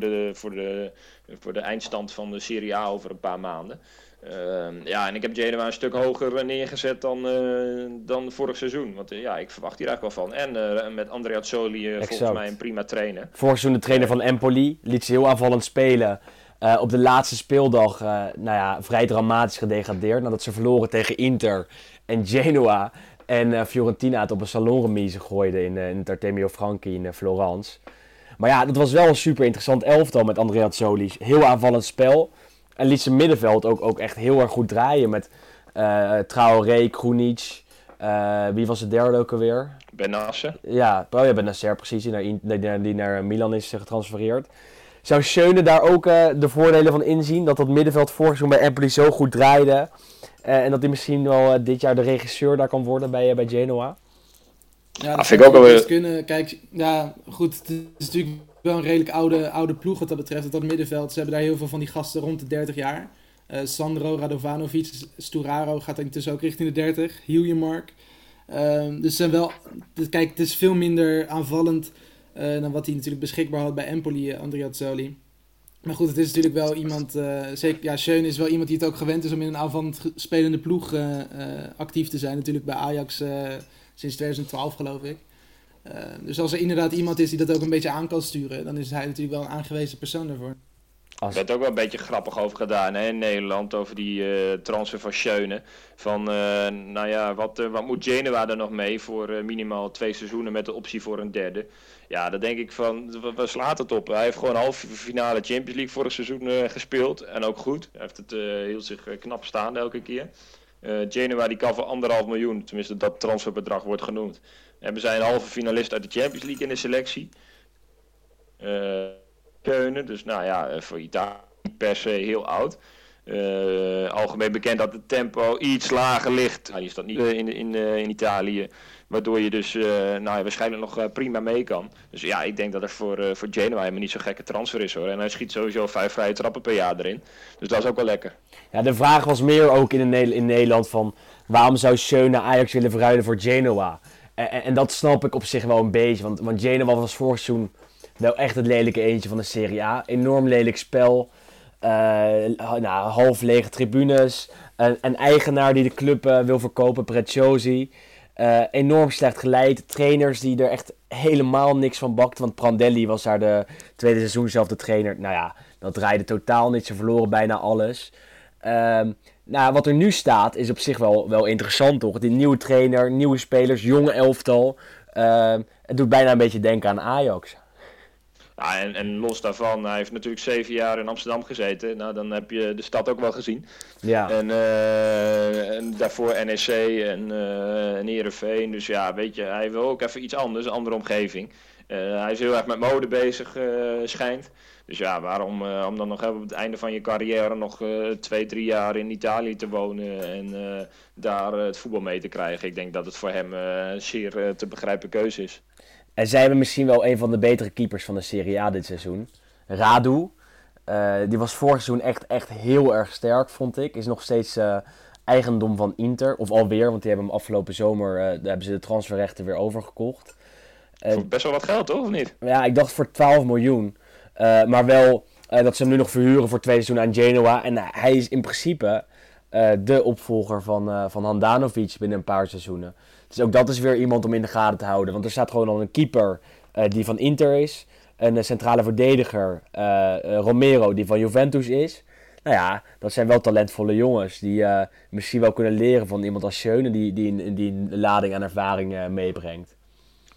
D: de eindstand van de Serie A over een paar maanden. En ik heb Genoa een stuk hoger neergezet dan vorig seizoen. Want ik verwacht hier eigenlijk wel van. En met Andreazzoli volgens mij een prima trainer.
B: Vorig seizoen de trainer van Empoli. Liet ze heel aanvallend spelen. Op de laatste speeldag vrij dramatisch gedegradeerd. Nadat ze verloren tegen Inter en Genoa. En Fiorentina het op een salonremise gooide in het Artemio Franchi in Florence. Maar ja, dat was wel een super interessant elftal met Andreazzoli. Heel aanvallend spel. En liet zijn middenveld ook echt heel erg goed draaien met Traoré, Krunic. Wie was de derde ook alweer?
D: Benasser.
B: Ja, Benasser precies, die naar Milan is getransfereerd. Zou Schöne daar ook de voordelen van inzien? Dat middenveld vorig seizoen bij Empoli zo goed draaide. En dat hij misschien wel dit jaar de regisseur daar kan worden bij Genoa?
C: Ja, dat
D: vind ik ook wel weer
C: kunnen. Kijk, ja, goed, het is natuurlijk wel een redelijk oude ploeg wat dat betreft. Dat middenveld, ze hebben daar heel veel van die gasten rond de 30 jaar. Sandro, Radovanovic, Sturaro gaat intussen ook richting de 30. Hiljemark. Dus zijn wel, kijk, het is veel minder aanvallend dan wat hij natuurlijk beschikbaar had bij Empoli, Andreazzoli. Maar goed, het is natuurlijk wel iemand, zeker, ja, Schöne is wel iemand die het ook gewend is om in een aanvallend spelende ploeg actief te zijn. Natuurlijk bij Ajax sinds 2012 geloof ik. Dus als er inderdaad iemand is die dat ook een beetje aan kan sturen, dan is hij natuurlijk wel een aangewezen persoon daarvoor.
D: Er werd ook wel een beetje grappig over gedaan in Nederland, over die transfer van Schöne. Van, wat moet Genoa er nog mee voor minimaal 2 seizoenen met de optie voor een derde? Ja, dan denk ik van, waar slaat het op? Hij heeft gewoon halve finale Champions League vorig seizoen gespeeld en ook goed. Hij heeft het hield zich knap staande elke keer. Genoa die kan voor 1,5 miljoen, tenminste dat transferbedrag wordt genoemd. Hebben zij een halve finalist uit de Champions League in de selectie. Dus voor Italië per se heel oud. Algemeen bekend dat het tempo iets lager ligt. Die is dat niet in Italië. Waardoor je dus waarschijnlijk nog prima mee kan. Dus ja, ik denk dat het voor Genoa helemaal niet zo'n gekke transfer is hoor. En hij schiet sowieso 5 vrije trappen per jaar erin. Dus dat is ook wel lekker.
B: Ja, de vraag was meer ook in Nederland van waarom zou Schöne Ajax willen verruilen voor Genoa? En dat snap ik op zich wel een beetje. Want Genoa was vorig seizoen wel echt het lelijke eentje van de Serie A. Enorm lelijk spel. Half lege tribunes. Een eigenaar die de club wil verkopen, Preziosi. Enorm slecht geleid. Trainers die er echt helemaal niks van bakten. Want Prandelli was daar de tweede seizoen zelf de trainer. Nou ja, dat draaide totaal niet. Ze verloren bijna alles. Wat er nu staat is op zich wel interessant toch. Die nieuwe trainer, nieuwe spelers, jonge elftal. Het doet bijna een beetje denken aan Ajax.
D: Ja, en los daarvan, hij heeft natuurlijk 7 jaar in Amsterdam gezeten. Nou, dan heb je de stad ook wel gezien.
B: Ja.
D: En daarvoor NEC en Heerenveen. Dus ja, weet je, hij wil ook even iets anders, een andere omgeving. Hij is heel erg met mode bezig, schijnt. Dus ja, waarom om dan nog op het einde van je carrière nog 2-3 jaar in Italië te wonen en daar het voetbal mee te krijgen. Ik denk dat het voor hem een zeer te begrijpen keuze is.
B: En zij hebben misschien wel een van de betere keepers van de Serie A dit seizoen. Radu. Die was vorig seizoen echt heel erg sterk, vond ik. Is nog steeds eigendom van Inter. Of alweer, want die hebben hem afgelopen zomer daar hebben ze de transferrechten weer overgekocht.
D: Best wel wat geld, toch? Of niet?
B: Ja, ik dacht voor 12 miljoen. Maar wel dat ze hem nu nog verhuren voor 2 seizoenen aan Genoa. En hij is in principe de opvolger van Handanovic binnen een paar seizoenen. Dus ook dat is weer iemand om in de gaten te houden. Want er staat gewoon al een keeper die van Inter is. Een centrale verdediger, Romero, die van Juventus is. Nou ja, dat zijn wel talentvolle jongens die misschien wel kunnen leren van iemand als Schöne die een lading aan ervaring meebrengt.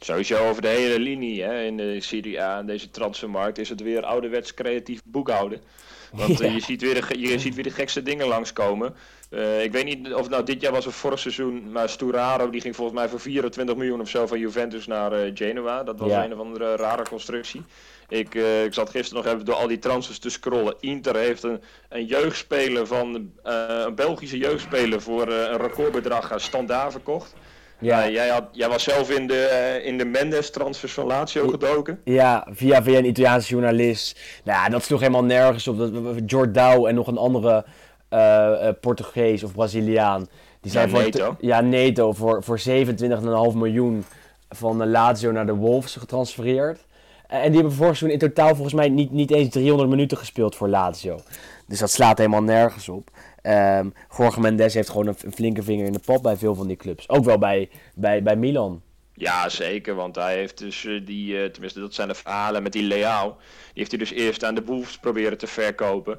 D: Sowieso over de hele linie, hè, in de Serie A en deze transfermarkt is het weer ouderwets creatief boekhouden. Want je ziet weer de gekste dingen langskomen. Ik weet niet of het nou dit jaar was of vorig seizoen, maar Sturaro die ging volgens mij voor 24 miljoen of zo van Juventus naar Genoa. Dat was een of andere rare constructie. Ik zat gisteren nog even door al die transfers te scrollen. Inter heeft een jeugdspeler een Belgische jeugdspeler voor een recordbedrag aan Standaard verkocht. Ja. Jij was zelf in de Mendes-transfers van Lazio gedoken.
B: Ja, via een Italiaanse journalist. Nou ja, dat sloeg helemaal nergens op. Jordão en nog een andere Portugees of Braziliaan. Die zijn Neto voor 27,5 miljoen van Lazio naar de Wolves getransfereerd. En die hebben vorig seizoen in totaal volgens mij niet eens 300 minuten gespeeld voor Lazio. Dus dat slaat helemaal nergens op. Jorge Mendes heeft gewoon een flinke vinger in de pap bij veel van die clubs. Ook wel bij Milan. Ja, zeker, want hij heeft dus tenminste dat zijn de verhalen met die Leao. Die heeft hij dus eerst aan de Wolves proberen te verkopen.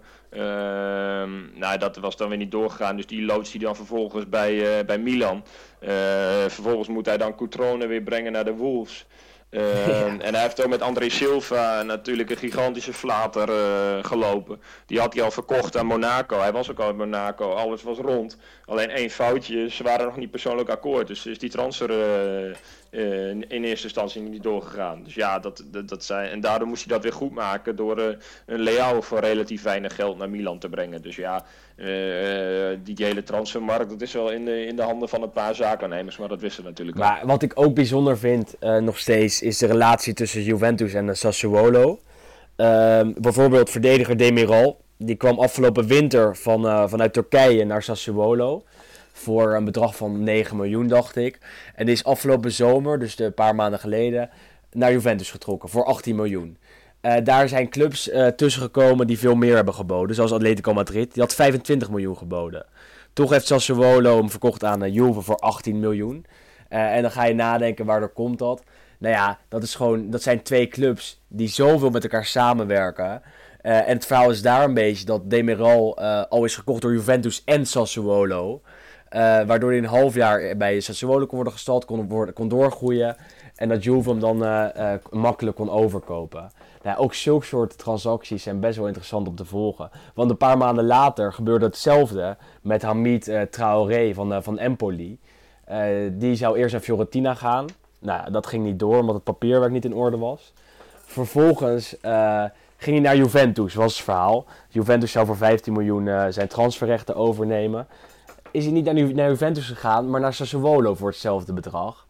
B: Dat was dan weer niet doorgegaan, dus die loodst hij dan vervolgens bij Milan. Vervolgens moet hij dan Cutrone weer brengen naar de Wolves. En hij heeft ook met André Silva natuurlijk een gigantische flater gelopen. Die had hij al verkocht aan Monaco. Hij was ook al in Monaco, alles was rond. Alleen 1 foutje, ze waren nog niet persoonlijk akkoord. Dus is die transfer in eerste instantie niet doorgegaan. Dus ja, en daardoor moest hij dat weer goed maken door een Leao voor relatief weinig geld naar Milan te brengen. Dus ja, die hele transfermarkt, dat is wel in de handen van een paar zaakwaarnemers, maar dat wisten we natuurlijk ook. Maar wat ik ook bijzonder vind nog steeds, is de relatie tussen Juventus en Sassuolo. Bijvoorbeeld verdediger Demiral, die kwam afgelopen winter vanuit Turkije naar Sassuolo. Voor een bedrag van 9 miljoen, dacht ik. En die is afgelopen zomer, dus een paar maanden geleden, naar Juventus getrokken voor 18 miljoen. Daar zijn clubs tussen gekomen die veel meer hebben geboden. Zoals Atletico Madrid, die had 25 miljoen geboden. Toch heeft Sassuolo hem verkocht aan Juve voor 18 miljoen. En dan ga je nadenken, waardoor komt dat? Nou ja, dat zijn 2 clubs die zoveel met elkaar samenwerken. En het verhaal is daar een beetje dat Demiral al is gekocht door Juventus en Sassuolo. Waardoor hij een half jaar bij Sassuolo kon worden gestald, kon doorgroeien. En dat Juve hem dan makkelijk kon overkopen. Nou, ook zulke soort transacties zijn best wel interessant om te volgen. Want een paar maanden later gebeurde hetzelfde met Hamid Traoré van Empoli. Die zou eerst naar Fiorentina gaan. Nou, dat ging niet door omdat het papierwerk niet in orde was. Vervolgens ging hij naar Juventus, was het verhaal. Juventus zou voor 15 miljoen zijn transferrechten overnemen. Is hij niet naar Juventus gegaan, maar naar Sassuolo voor hetzelfde bedrag.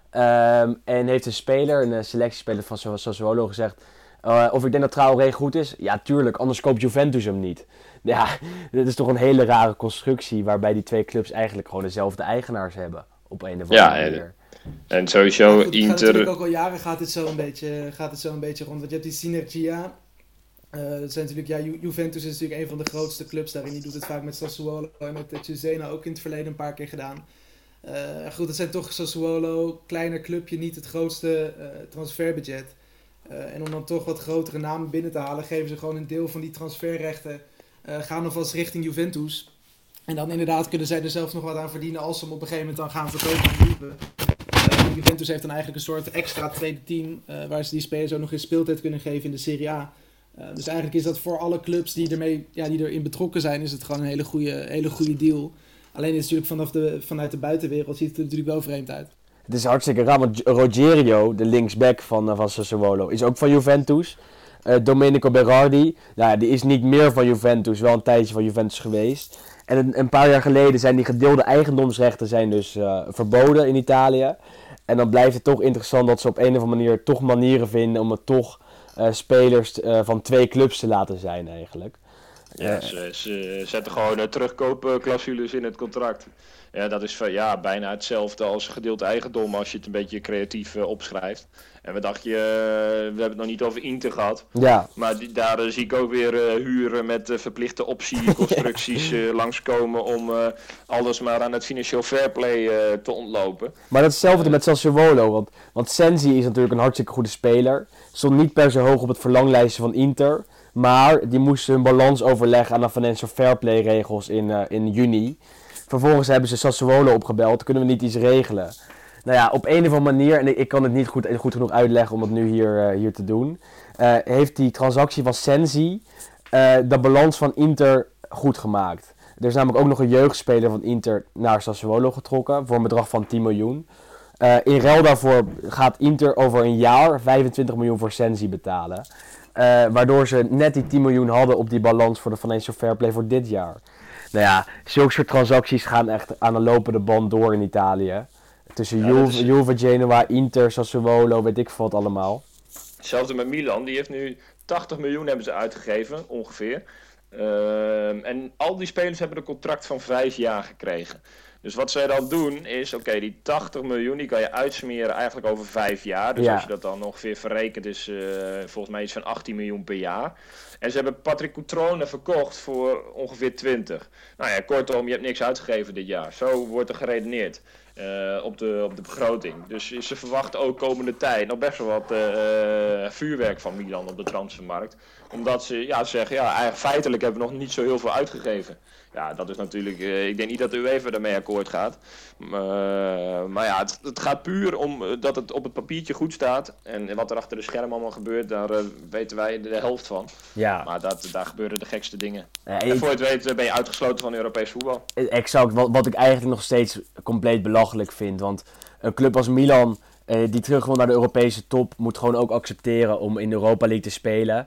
B: En heeft een selectiespeler van Sassuolo gezegd, of ik denk dat Traoré goed is? Ja, tuurlijk, anders koopt Juventus hem niet. Ja, dit is toch een hele rare constructie waarbij die 2 clubs eigenlijk gewoon dezelfde eigenaars hebben. Op een of andere manier.
D: En sowieso
C: goed, Inter... natuurlijk ook al jaren gaat het zo een beetje rond. Want je hebt die Synergia. Dat zijn natuurlijk, Juventus is natuurlijk een van de grootste clubs daarin. Die doet het vaak met Sassuolo en met Cesena ook in het verleden een paar keer gedaan. Goed, het zijn toch Sassuolo, kleiner clubje, niet het grootste transferbudget. En om dan toch wat grotere namen binnen te halen, geven ze gewoon een deel van die transferrechten. Gaan alvast richting Juventus. En dan inderdaad kunnen zij er zelfs nog wat aan verdienen als ze hem op een gegeven moment dan gaan verkopen aan Juve. Juventus heeft dan eigenlijk een soort extra tweede team waar ze die spelers ook nog eens speeltijd kunnen geven in de Serie A. Dus eigenlijk is dat voor alle clubs die erin betrokken zijn, is het gewoon een hele goede deal. Alleen is het natuurlijk vanuit de buitenwereld ziet het er natuurlijk wel vreemd uit.
B: Het is hartstikke raar, want Rogerio, de linksback van Sassuolo, is ook van Juventus. Domenico Berardi, die is niet meer van Juventus, wel een tijdje van Juventus geweest. En een paar jaar geleden zijn die gedeelde eigendomsrechten dus verboden in Italië. En dan blijft het toch interessant dat ze op een of andere manier toch manieren vinden om het toch spelers van 2 clubs te laten zijn eigenlijk.
D: Ja, ze zetten gewoon terugkoopclausules in het contract. Ja, dat is bijna hetzelfde als gedeeld eigendom als je het een beetje creatief opschrijft. En we hebben het nog niet over Inter gehad.
B: Ja.
D: Maar daar zie ik ook weer huren met verplichte optieconstructies langskomen om alles maar aan het financieel fair play te ontlopen.
B: Maar dat is hetzelfde met Sassuolo, want Sensi is natuurlijk een hartstikke goede speler. Stond niet per se hoog op het verlanglijstje van Inter. Maar die moesten hun balans overleggen aan de financial fair play regels in juni. Vervolgens hebben ze Sassuolo opgebeld, kunnen we niet iets regelen? Nou ja, op een of andere manier, en ik kan het niet goed genoeg uitleggen om het nu hier te doen, heeft die transactie van Sensi de balans van Inter goed gemaakt. Er is namelijk ook nog een jeugdspeler van Inter naar Sassuolo getrokken voor een bedrag van 10 miljoen. In ruil daarvoor gaat Inter over een jaar 25 miljoen voor Sensi betalen. Waardoor ze net die 10 miljoen hadden op die balans voor de Financial Fair Play voor dit jaar. Nou ja, zulke soort transacties gaan echt aan de lopende band door in Italië. Tussen Juve, Genoa, Inter, Sassuolo, weet ik veel wat allemaal.
D: Hetzelfde met Milan, die heeft nu 80 miljoen hebben ze uitgegeven, ongeveer. En al die spelers hebben een contract van 5 jaar gekregen. Dus wat zij dan doen is, die 80 miljoen die kan je uitsmeren eigenlijk over 5 jaar. Dus als je dat dan ongeveer verrekent is volgens mij iets van 18 miljoen per jaar. En ze hebben Patrick Cutrone verkocht voor ongeveer 20. Nou ja, kortom, je hebt niks uitgegeven dit jaar. Zo wordt er geredeneerd op de begroting. Dus ze verwachten ook komende tijd nog best wel wat vuurwerk van Milan op de transfermarkt. Omdat ze zeggen, eigenlijk feitelijk hebben we nog niet zo heel veel uitgegeven. Ja, dat is natuurlijk, ik denk niet dat de UEFA daarmee akkoord gaat. Maar ja, het gaat puur om dat het op het papiertje goed staat. En wat er achter de schermen allemaal gebeurt, daar weten wij de helft van. Ja. Maar daar gebeuren de gekste dingen. En voor je het weet ben je uitgesloten van Europees voetbal.
B: Exact, wat ik eigenlijk nog steeds compleet belachelijk vind. Want een club als Milan, die terug wil naar de Europese top, moet gewoon ook accepteren om in de Europa League te spelen.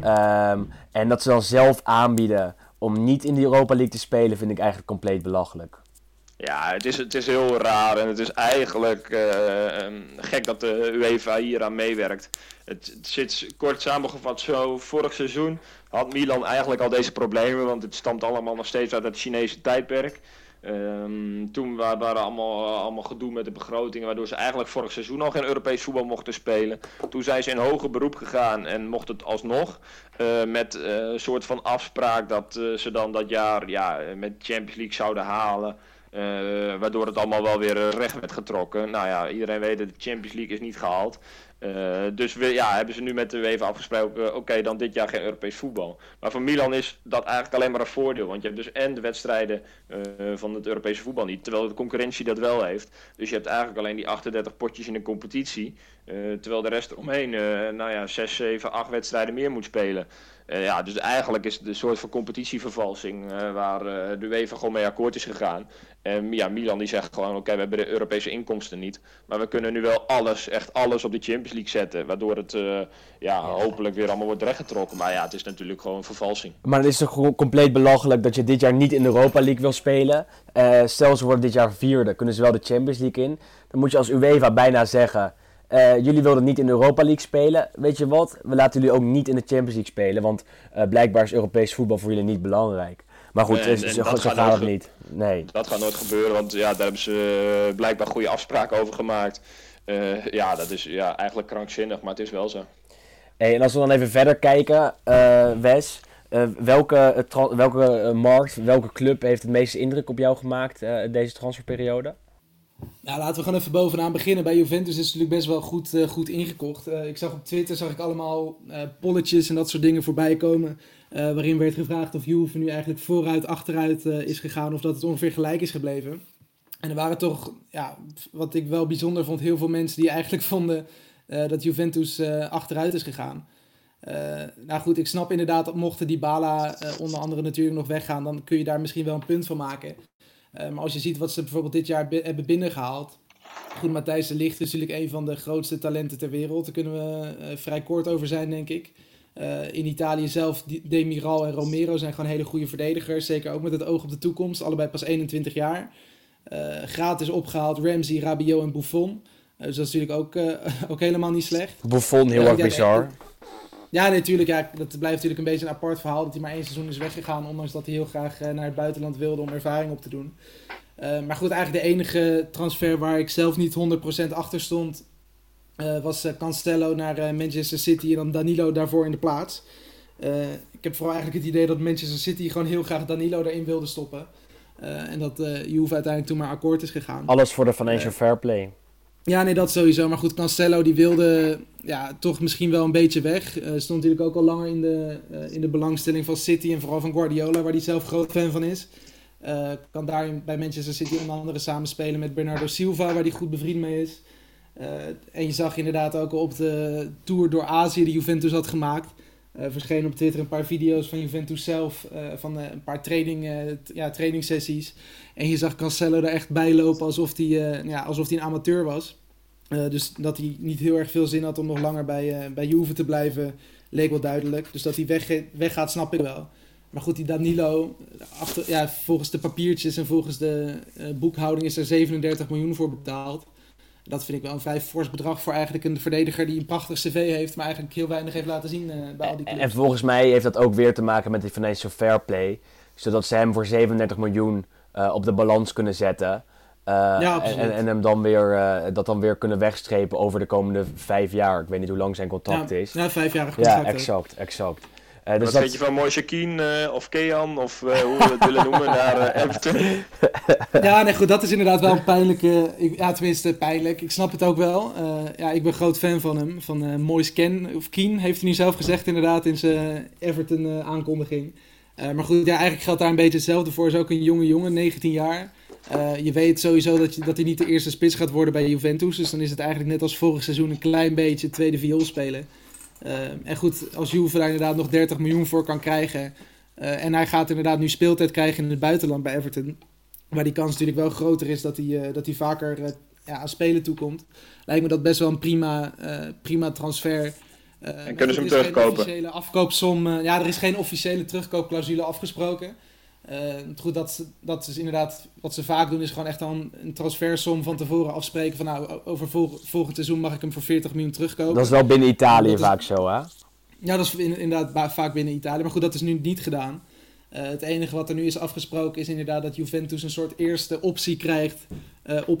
B: En dat ze dan zelf aanbieden om niet in de Europa League te spelen, vind ik eigenlijk compleet belachelijk.
D: Ja, het is heel raar en het is eigenlijk gek dat de UEFA hier aan meewerkt. Het zit kort samengevat zo. Vorig seizoen had Milan eigenlijk al deze problemen, want het stamt allemaal nog steeds uit het Chinese tijdperk. Toen waren allemaal gedoe met de begrotingen, waardoor ze eigenlijk vorig seizoen al geen Europees voetbal mochten spelen. Toen zijn ze in hoger beroep gegaan en mocht het alsnog met een soort van afspraak dat ze dan dat jaar met Champions League zouden halen. Waardoor het allemaal wel weer recht werd getrokken. Nou ja, iedereen weet dat de Champions League is niet gehaald. Dus hebben ze nu met de UEFA afgesproken, dan dit jaar geen Europees voetbal. Maar voor Milan is dat eigenlijk alleen maar een voordeel. Want je hebt dus en de wedstrijden van het Europese voetbal niet, terwijl de concurrentie dat wel heeft. Dus je hebt eigenlijk alleen die 38 potjes in de competitie. Terwijl de rest eromheen 6, 7, 8 wedstrijden meer moet spelen. Dus eigenlijk is het een soort van competitievervalsing waar de UEFA gewoon mee akkoord is gegaan. En Milan die zegt gewoon, we hebben de Europese inkomsten niet. Maar we kunnen nu wel echt alles op de Champions League zetten. Waardoor het hopelijk weer allemaal wordt rechtgetrokken. Maar het is natuurlijk gewoon een vervalsing. Maar
B: het is toch gewoon compleet belachelijk dat je dit jaar niet in de Europa League wil spelen. Stel ze worden dit jaar 4e, kunnen ze wel de Champions League in. Dan moet je als UEFA bijna zeggen, jullie wilden niet in de Europa League spelen. Weet je wat? We laten jullie ook niet in de Champions League spelen. Want blijkbaar is Europees voetbal voor jullie niet belangrijk. Maar goed, zo gaat het niet. Nee.
D: Dat gaat nooit gebeuren, want daar hebben ze blijkbaar goede afspraken over gemaakt. Dat is eigenlijk krankzinnig, maar het is wel zo.
B: En als we dan even verder kijken, Wes, welke markt, welke club heeft het meeste indruk op jou gemaakt deze transferperiode?
C: Nou, laten we gewoon even bovenaan beginnen. Bij Juventus is het natuurlijk best wel goed ingekocht. Ik zag op Twitter allemaal polletjes en dat soort dingen voorbij komen. Waarin werd gevraagd of Juve nu eigenlijk vooruit, achteruit is gegaan. Of dat het ongeveer gelijk is gebleven. En er waren toch, wat ik wel bijzonder vond, heel veel mensen die eigenlijk vonden dat Juventus achteruit is gegaan. Nou goed, ik snap inderdaad dat mochten Dybala onder andere natuurlijk nog weggaan, dan kun je daar misschien wel een punt van maken. Maar als je ziet wat ze bijvoorbeeld dit jaar hebben binnengehaald. Goed, Matthijs de Ligt is natuurlijk een van de grootste talenten ter wereld. Daar kunnen we vrij kort over zijn, denk ik. In Italië zelf, Demiral en Romero zijn gewoon hele goede verdedigers. Zeker ook met het oog op de toekomst. Allebei pas 21 jaar. Gratis opgehaald Ramsey, Rabiot en Buffon. Dus dat is natuurlijk ook helemaal niet slecht.
B: Buffon, heel erg bizar.
C: Ja, natuurlijk. Dat blijft natuurlijk een beetje een apart verhaal dat hij maar 1 seizoen is weggegaan. Ondanks dat hij heel graag naar het buitenland wilde om ervaring op te doen. Maar goed, eigenlijk de enige transfer waar ik zelf niet 100% achter stond, was Cancelo naar Manchester City en dan Danilo daarvoor in de plaats. Ik heb vooral eigenlijk het idee dat Manchester City gewoon heel graag Danilo erin wilde stoppen. En dat Juve uiteindelijk toen maar akkoord is gegaan.
B: Alles voor de financial fair play.
C: Ja, nee, dat sowieso. Maar goed, Cancelo die wilde toch misschien wel een beetje weg. Stond natuurlijk ook al langer in de belangstelling van City en vooral van Guardiola, waar hij zelf groot fan van is. Kan daar bij Manchester City onder andere samenspelen met Bernardo Silva, waar hij goed bevriend mee is. En je zag inderdaad ook op de tour door Azië die Juventus had gemaakt. Verschenen op Twitter een paar video's van Juventus zelf, van een paar trainingssessies. En je zag Cancelo er echt bij lopen alsof hij een amateur was. Dus dat hij niet heel erg veel zin had om nog langer bij Juve te blijven, leek wel duidelijk. Dus dat hij weggaat, snap ik wel. Maar goed, die Danilo, volgens de papiertjes en volgens de boekhouding is er 37 miljoen voor betaald. Dat vind ik wel een vrij fors bedrag voor eigenlijk een verdediger die een prachtig cv heeft, maar eigenlijk heel weinig heeft laten zien bij al die clubs.
B: En volgens mij heeft dat ook weer te maken met die financial fair play. Zodat ze hem voor 37 miljoen op de balans kunnen zetten. En hem dan weer kunnen wegstrepen over de komende 5 jaar. Ik weet niet hoe lang zijn contract is.
C: Ja, 5-jarig contract.
B: Ja, exact.
D: Dus wat vind je van Moise Kean of Kean of hoe we het willen noemen naar Everton?
C: Ja, nee goed, dat is inderdaad wel een pijnlijke... tenminste pijnlijk. Ik snap het ook wel. Ik ben groot fan van hem. Van Moise Kean heeft hij nu zelf gezegd inderdaad in zijn Everton aankondiging. Maar goed, eigenlijk geldt daar een beetje hetzelfde voor. Hij is ook een jonge jongen, 19 jaar. Je weet sowieso dat hij niet de eerste spits gaat worden bij Juventus. Dus dan is het eigenlijk net als vorig seizoen een klein beetje tweede viool spelen. En goed, als Juve daar inderdaad nog 30 miljoen voor kan krijgen. En hij gaat inderdaad nu speeltijd krijgen in het buitenland bij Everton. Waar die kans natuurlijk wel groter is dat hij vaker aan spelen toekomt. Lijkt me dat best wel een prima transfer.
D: En kunnen ze hem terugkopen?
C: Er is geen officiële afkoopsom. Er is geen officiële terugkoopclausule afgesproken. Goed, dat is inderdaad wat ze vaak doen, is gewoon echt dan een transfersom van tevoren afspreken van over volgend seizoen mag ik hem voor 40 miljoen terugkopen.
B: Dat is wel binnen Italië vaak zo, hè?
C: Ja, dat is inderdaad vaak binnen Italië. Maar goed, dat is nu niet gedaan. Het enige wat er nu is afgesproken is inderdaad dat Juventus een soort eerste optie krijgt op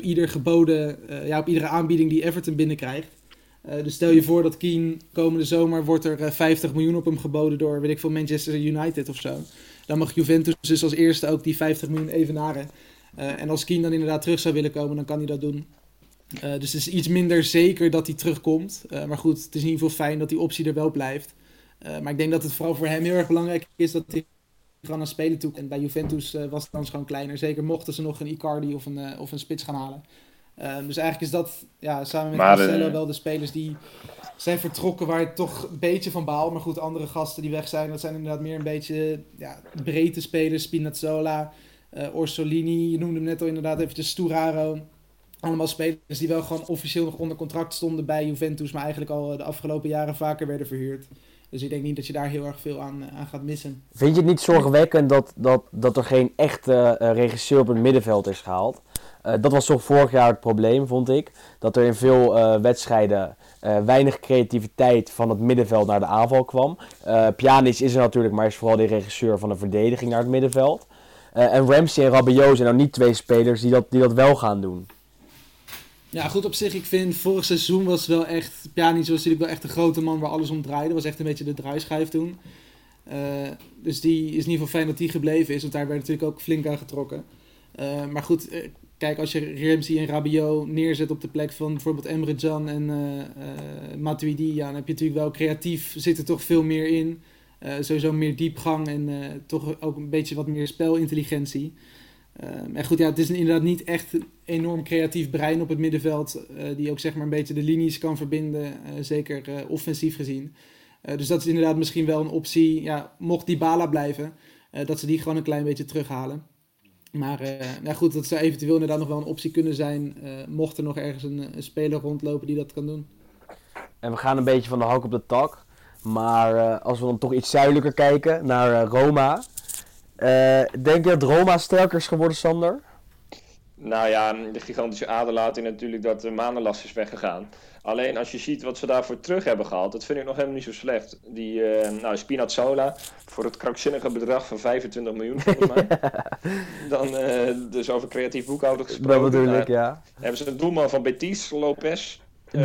C: iedere aanbieding die Everton binnenkrijgt. Dus stel je voor dat Kean komende zomer wordt er 50 miljoen op hem geboden door, weet ik veel, Manchester United of zo. Dan mag Juventus dus als eerste ook die 50 miljoen evenaren. En als Kean dan inderdaad terug zou willen komen, dan kan hij dat doen. Dus het is iets minder zeker dat hij terugkomt. Maar goed, het is in ieder geval fijn dat die optie er wel blijft. Maar ik denk dat het vooral voor hem heel erg belangrijk is dat hij gewoon aan spelen toe. En bij Juventus was het dan gewoon kleiner. Zeker mochten ze nog een Icardi of een spits gaan halen. Dus eigenlijk is dat samen met Marcelo wel de spelers die zijn vertrokken waar ik toch een beetje van baal. Maar goed, andere gasten die weg zijn, dat zijn inderdaad meer een beetje breedte spelers. Spinazzola, Orsolini, je noemde hem net al inderdaad eventjes, Sturaro. Allemaal spelers die wel gewoon officieel nog onder contract stonden bij Juventus, maar eigenlijk al de afgelopen jaren vaker werden verhuurd. Dus ik denk niet dat je daar heel erg veel aan gaat missen.
B: Vind je het niet zorgwekkend dat er geen echte regisseur op het middenveld is gehaald? Dat was toch vorig jaar het probleem, vond ik. Dat er in veel wedstrijden weinig creativiteit van het middenveld naar de aanval kwam. Pjanic is er natuurlijk, maar is vooral de regisseur van de verdediging naar het middenveld. En Ramsey en Rabiot zijn nou niet twee spelers die dat wel gaan doen.
C: Ja, goed op zich. Ik vind vorig seizoen was wel echt... Pjanic was natuurlijk wel echt de grote man waar alles om draaide. Was echt een beetje de draaischijf toen. Dus die is in ieder geval fijn dat die gebleven is. Want daar werd natuurlijk ook flink aan getrokken. Maar goed, kijk, als je Ramsey en Rabiot neerzet op de plek van bijvoorbeeld Emre Can en Matuidi, dan heb je natuurlijk wel creatief, zit er toch veel meer in. Sowieso meer diepgang en toch ook een beetje wat meer spelintelligentie. En goed, het is inderdaad niet echt een enorm creatief brein op het middenveld, die ook zeg maar een beetje de linies kan verbinden, zeker offensief gezien. Dus dat is inderdaad misschien wel een optie, mocht Dybala blijven, dat ze die gewoon een klein beetje terughalen. Maar goed, dat zou eventueel inderdaad nog wel een optie kunnen zijn, mocht er nog ergens een speler rondlopen die dat kan doen.
B: En we gaan een beetje van de hak op de tak, maar als we dan toch iets zuidelijker kijken, naar Roma. Denk je dat Roma sterker is geworden, Sander?
D: Nou ja, de gigantische aderlating natuurlijk dat Manolas is weggegaan. Alleen als je ziet wat ze daarvoor terug hebben gehaald, dat vind ik nog helemaal niet zo slecht. Die Spinazzola voor het krankzinnige bedrag van 25 miljoen volgens mij. Dan dus over creatief boekhouden gesproken.
B: Dat bedoel ik, ja.
D: Hebben ze een doelman van Betis, Lopez.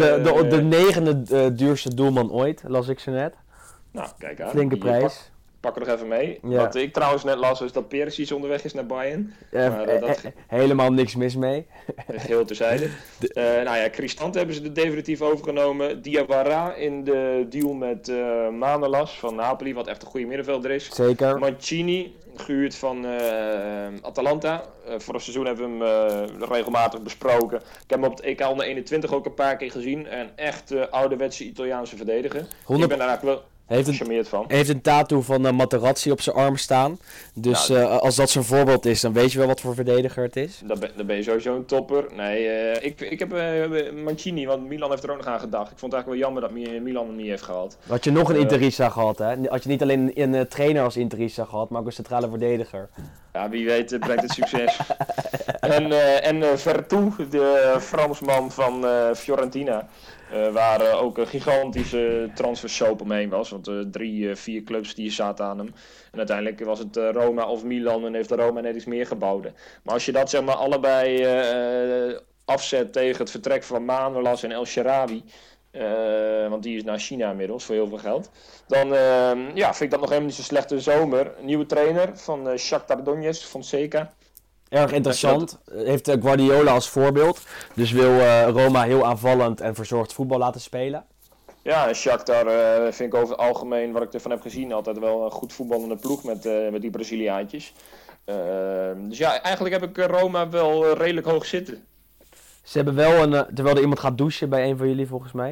B: De 9e duurste doelman ooit, las ik zo net.
D: Nou, kijk aan.
B: Flinke prijs.
D: Pak er nog even mee.
B: Ja.
D: Wat ik trouwens net las is dat Perisic onderweg is naar Bayern.
B: Helemaal niks mis mee.
D: Geheel terzijde. Cristante hebben ze er definitief overgenomen. Diawara in de deal met Manolas van Napoli, wat echt een goede middenvelder is.
B: Zeker.
D: Mancini gehuurd van Atalanta. Vorig seizoen hebben we hem regelmatig besproken. Ik heb hem op het EK onder 21 ook een paar keer gezien. En echt ouderwetse Italiaanse verdediger.
B: 100...
D: Ik ben daar eigenlijk wel gecharmeerd van.
B: Hij heeft een tattoo van Materazzi op zijn arm staan. Dus als dat zijn voorbeeld is, dan weet je wel wat voor verdediger het is.
D: Dan ben je sowieso een topper. Nee, ik heb Mancini, want Milan heeft er ook nog aan gedacht. Ik vond het eigenlijk wel jammer dat Milan hem niet heeft gehaald.
B: Had je nog een Interista gehad, hè? Had je niet alleen een trainer als Interista gehad, maar ook een centrale verdediger.
D: Ja, wie weet brengt het succes. en Vertu, de Fransman van Fiorentina. Waar ook een gigantische transfersoap omheen was. Want 3-4 clubs die zaten aan hem. En uiteindelijk was het Roma of Milan en heeft de Roma net iets meer geboden. Maar als je dat zeg maar allebei afzet tegen het vertrek van Manolas en El Shaarawy. Want die is naar China inmiddels voor heel veel geld. Dan vind ik dat nog helemaal niet zo'n slechte zomer. Een nieuwe trainer van Shakhtar Donetsk, Fonseca.
B: Erg interessant. Heeft Guardiola als voorbeeld. Dus wil Roma heel aanvallend en verzorgd voetbal laten spelen.
D: Ja, en Shakhtar vind ik over het algemeen, wat ik ervan heb gezien, altijd wel een goed voetballende ploeg met die Braziliaantjes. Dus ja, eigenlijk heb ik Roma wel redelijk hoog zitten.
B: Ze hebben wel terwijl er iemand gaat douchen bij een van jullie volgens mij.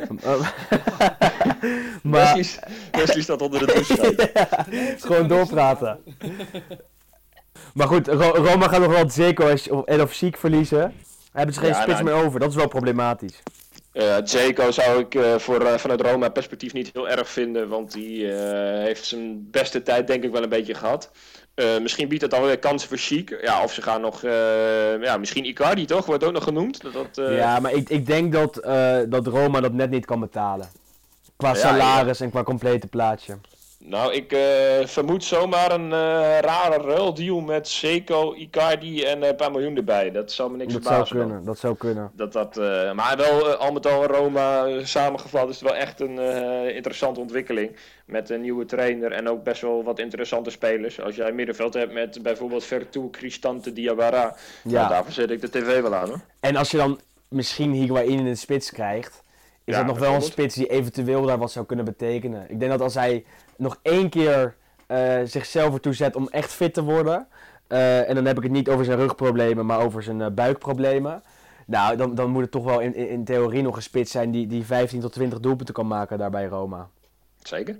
D: Maar... Wesley staat onder de douche.
B: Ja, gewoon doorpraten. Maar goed, Roma gaat nog wel Dzeko of Ziek verliezen. Daar hebben ze geen spits meer over, dat is wel problematisch.
D: Dzeko zou ik vanuit Roma perspectief niet heel erg vinden, want die heeft zijn beste tijd denk ik wel een beetje gehad. Misschien biedt het dan weer kansen voor Chic. Ja, of ze gaan nog... misschien Icardi toch? Wordt ook nog genoemd.
B: Ja, maar ik denk dat Roma dat net niet kan betalen. Qua salaris en qua complete plaatje.
D: Nou, ik vermoed zomaar een rare ruildeal met Dzeko, Icardi en een paar miljoen erbij. Dat zou me niks verbazen.
B: Dat zou kunnen.
D: Maar wel al met al Roma samengevat is het wel echt een interessante ontwikkeling. Met een nieuwe trainer en ook best wel wat interessante spelers. Als jij een middenveld hebt met bijvoorbeeld Vertu, Cristante, Diawara. Nou, daarvoor zet ik de tv wel aan hoor.
B: En als je dan misschien Higuaín in de spits krijgt, is dat nog wel een spits die eventueel daar wat zou kunnen betekenen. Ik denk dat als hij nog 1 keer zichzelf ertoe zet om echt fit te worden. En dan heb ik het niet over zijn rugproblemen, maar over zijn buikproblemen. Nou, dan moet het toch wel in theorie nog een spits zijn die 15 tot 20 doelpunten kan maken daar bij Roma.
D: Zeker.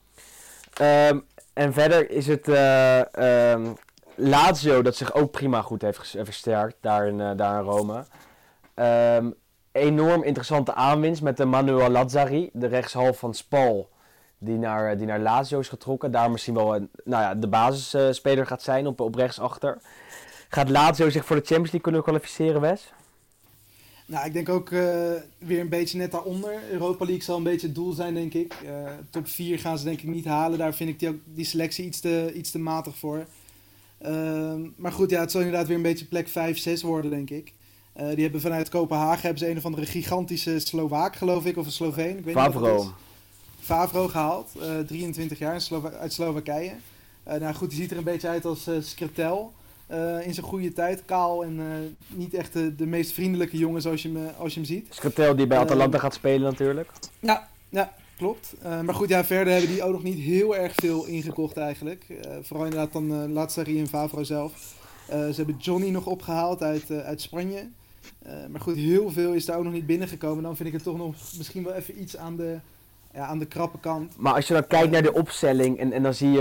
B: En verder is het Lazio dat zich ook prima goed heeft versterkt daar in Roma. Enorm interessante aanwinst met de Manuel Lazzari, de rechtshalf van Spal. Die naar Lazio is getrokken. Daar misschien wel de basisspeler gaat zijn op rechtsachter. Gaat Lazio zich voor de Champions League kunnen kwalificeren, Wes?
C: Nou, ik denk ook weer een beetje net daaronder. Europa League zal een beetje het doel zijn, denk ik. Top 4 gaan ze denk ik niet halen. Daar vind ik die selectie iets te matig voor. Maar goed, het zal inderdaad weer een beetje plek 5-6 worden, denk ik. Die hebben vanuit Kopenhagen een of andere gigantische Slovaak, geloof ik, of een Sloveen. Ik weet niet Favro gehaald, 23 jaar uit Slowakije. Die ziet er een beetje uit als Skritel in zijn goede tijd. Kaal en niet echt de meest vriendelijke jongen zoals je hem ziet.
B: Skritel die bij Atalanta gaat spelen natuurlijk.
C: Ja, klopt. Maar goed, verder hebben die ook nog niet heel erg veel ingekocht eigenlijk. Vooral inderdaad dan Lazzari en Favro zelf. Ze hebben Johnny nog opgehaald uit Spanje. Maar goed, heel veel is daar ook nog niet binnengekomen. Dan vind ik het toch nog misschien wel even iets aan de krappe kant.
B: Maar als je dan kijkt naar de opstelling en dan zie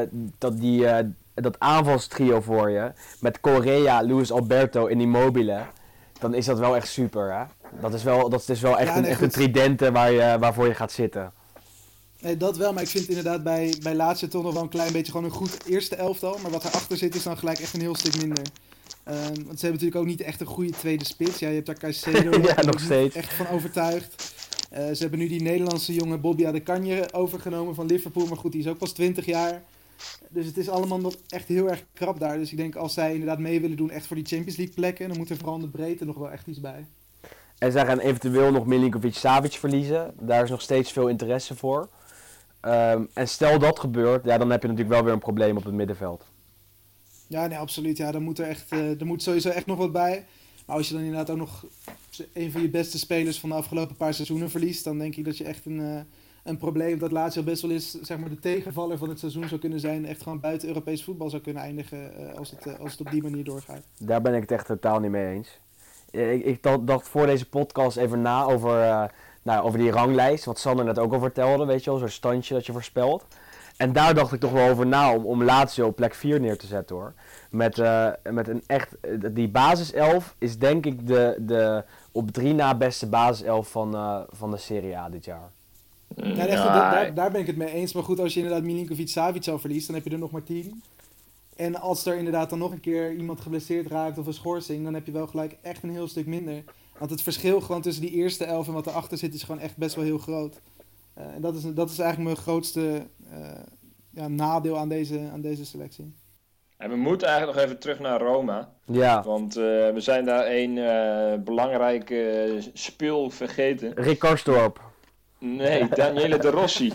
B: je dat aanvalstrio voor je. Met Correa, Luis Alberto en Immobile. Dan is dat wel echt super, hè? Dat is wel echt een tridente waarvoor je gaat zitten.
C: Nee, dat wel, maar ik vind inderdaad bij Lazio toch nog wel een klein beetje gewoon een goed eerste elftal. Maar wat erachter zit is dan gelijk echt een heel stuk minder. Want ze hebben natuurlijk ook niet echt een goede tweede spits. Ja, je hebt daar Caicedo
B: nog steeds
C: echt van overtuigd. Ze hebben nu die Nederlandse jongen Bobby Adekanje overgenomen van Liverpool. Maar goed, die is ook pas 20 jaar. Dus het is allemaal nog echt heel erg krap daar. Dus ik denk als zij inderdaad mee willen doen echt voor die Champions League plekken, dan moet er vooral in de breedte nog wel echt iets bij.
B: En zij gaan eventueel nog Milinkovic-Savic verliezen. Daar is nog steeds veel interesse voor. En stel dat gebeurt, dan heb je natuurlijk wel weer een probleem op het middenveld.
C: Ja, nee, absoluut. Ja, dan moet er moet sowieso echt nog wat bij. Maar als je dan inderdaad ook nog een van je beste spelers van de afgelopen paar seizoenen verliest, dan denk ik dat je echt een probleem dat Lazio best wel eens, zeg maar, de tegenvaller van het seizoen zou kunnen zijn. Echt gewoon buiten Europees voetbal zou kunnen eindigen als het op die manier doorgaat.
B: Daar ben ik het echt totaal niet mee eens. Ik dacht voor deze podcast even na over die ranglijst. Wat Sander net ook al vertelde, weet je wel. Zo'n standje dat je voorspelt. En daar dacht ik toch wel over na om Lazio op plek 4 neer te zetten hoor. Met een echt... Die basiself is denk ik de op 3 na beste basiself van de Serie A dit jaar.
C: Ja, daar ben ik het mee eens. Maar goed, als je inderdaad Milinkovic-Savic al verliest, dan heb je er nog maar 10. En als er inderdaad dan nog een keer iemand geblesseerd raakt of een schorsing, dan heb je wel gelijk echt een heel stuk minder. Want het verschil gewoon tussen die eerste 11 en wat erachter zit is gewoon echt best wel heel groot. En dat is eigenlijk mijn grootste nadeel aan deze selectie.
D: En we moeten eigenlijk nog even terug naar Roma.
B: Ja.
D: Want we zijn daar een belangrijke speel vergeten.
B: Rick Karsdorp.
D: Nee, Daniele De Rossi.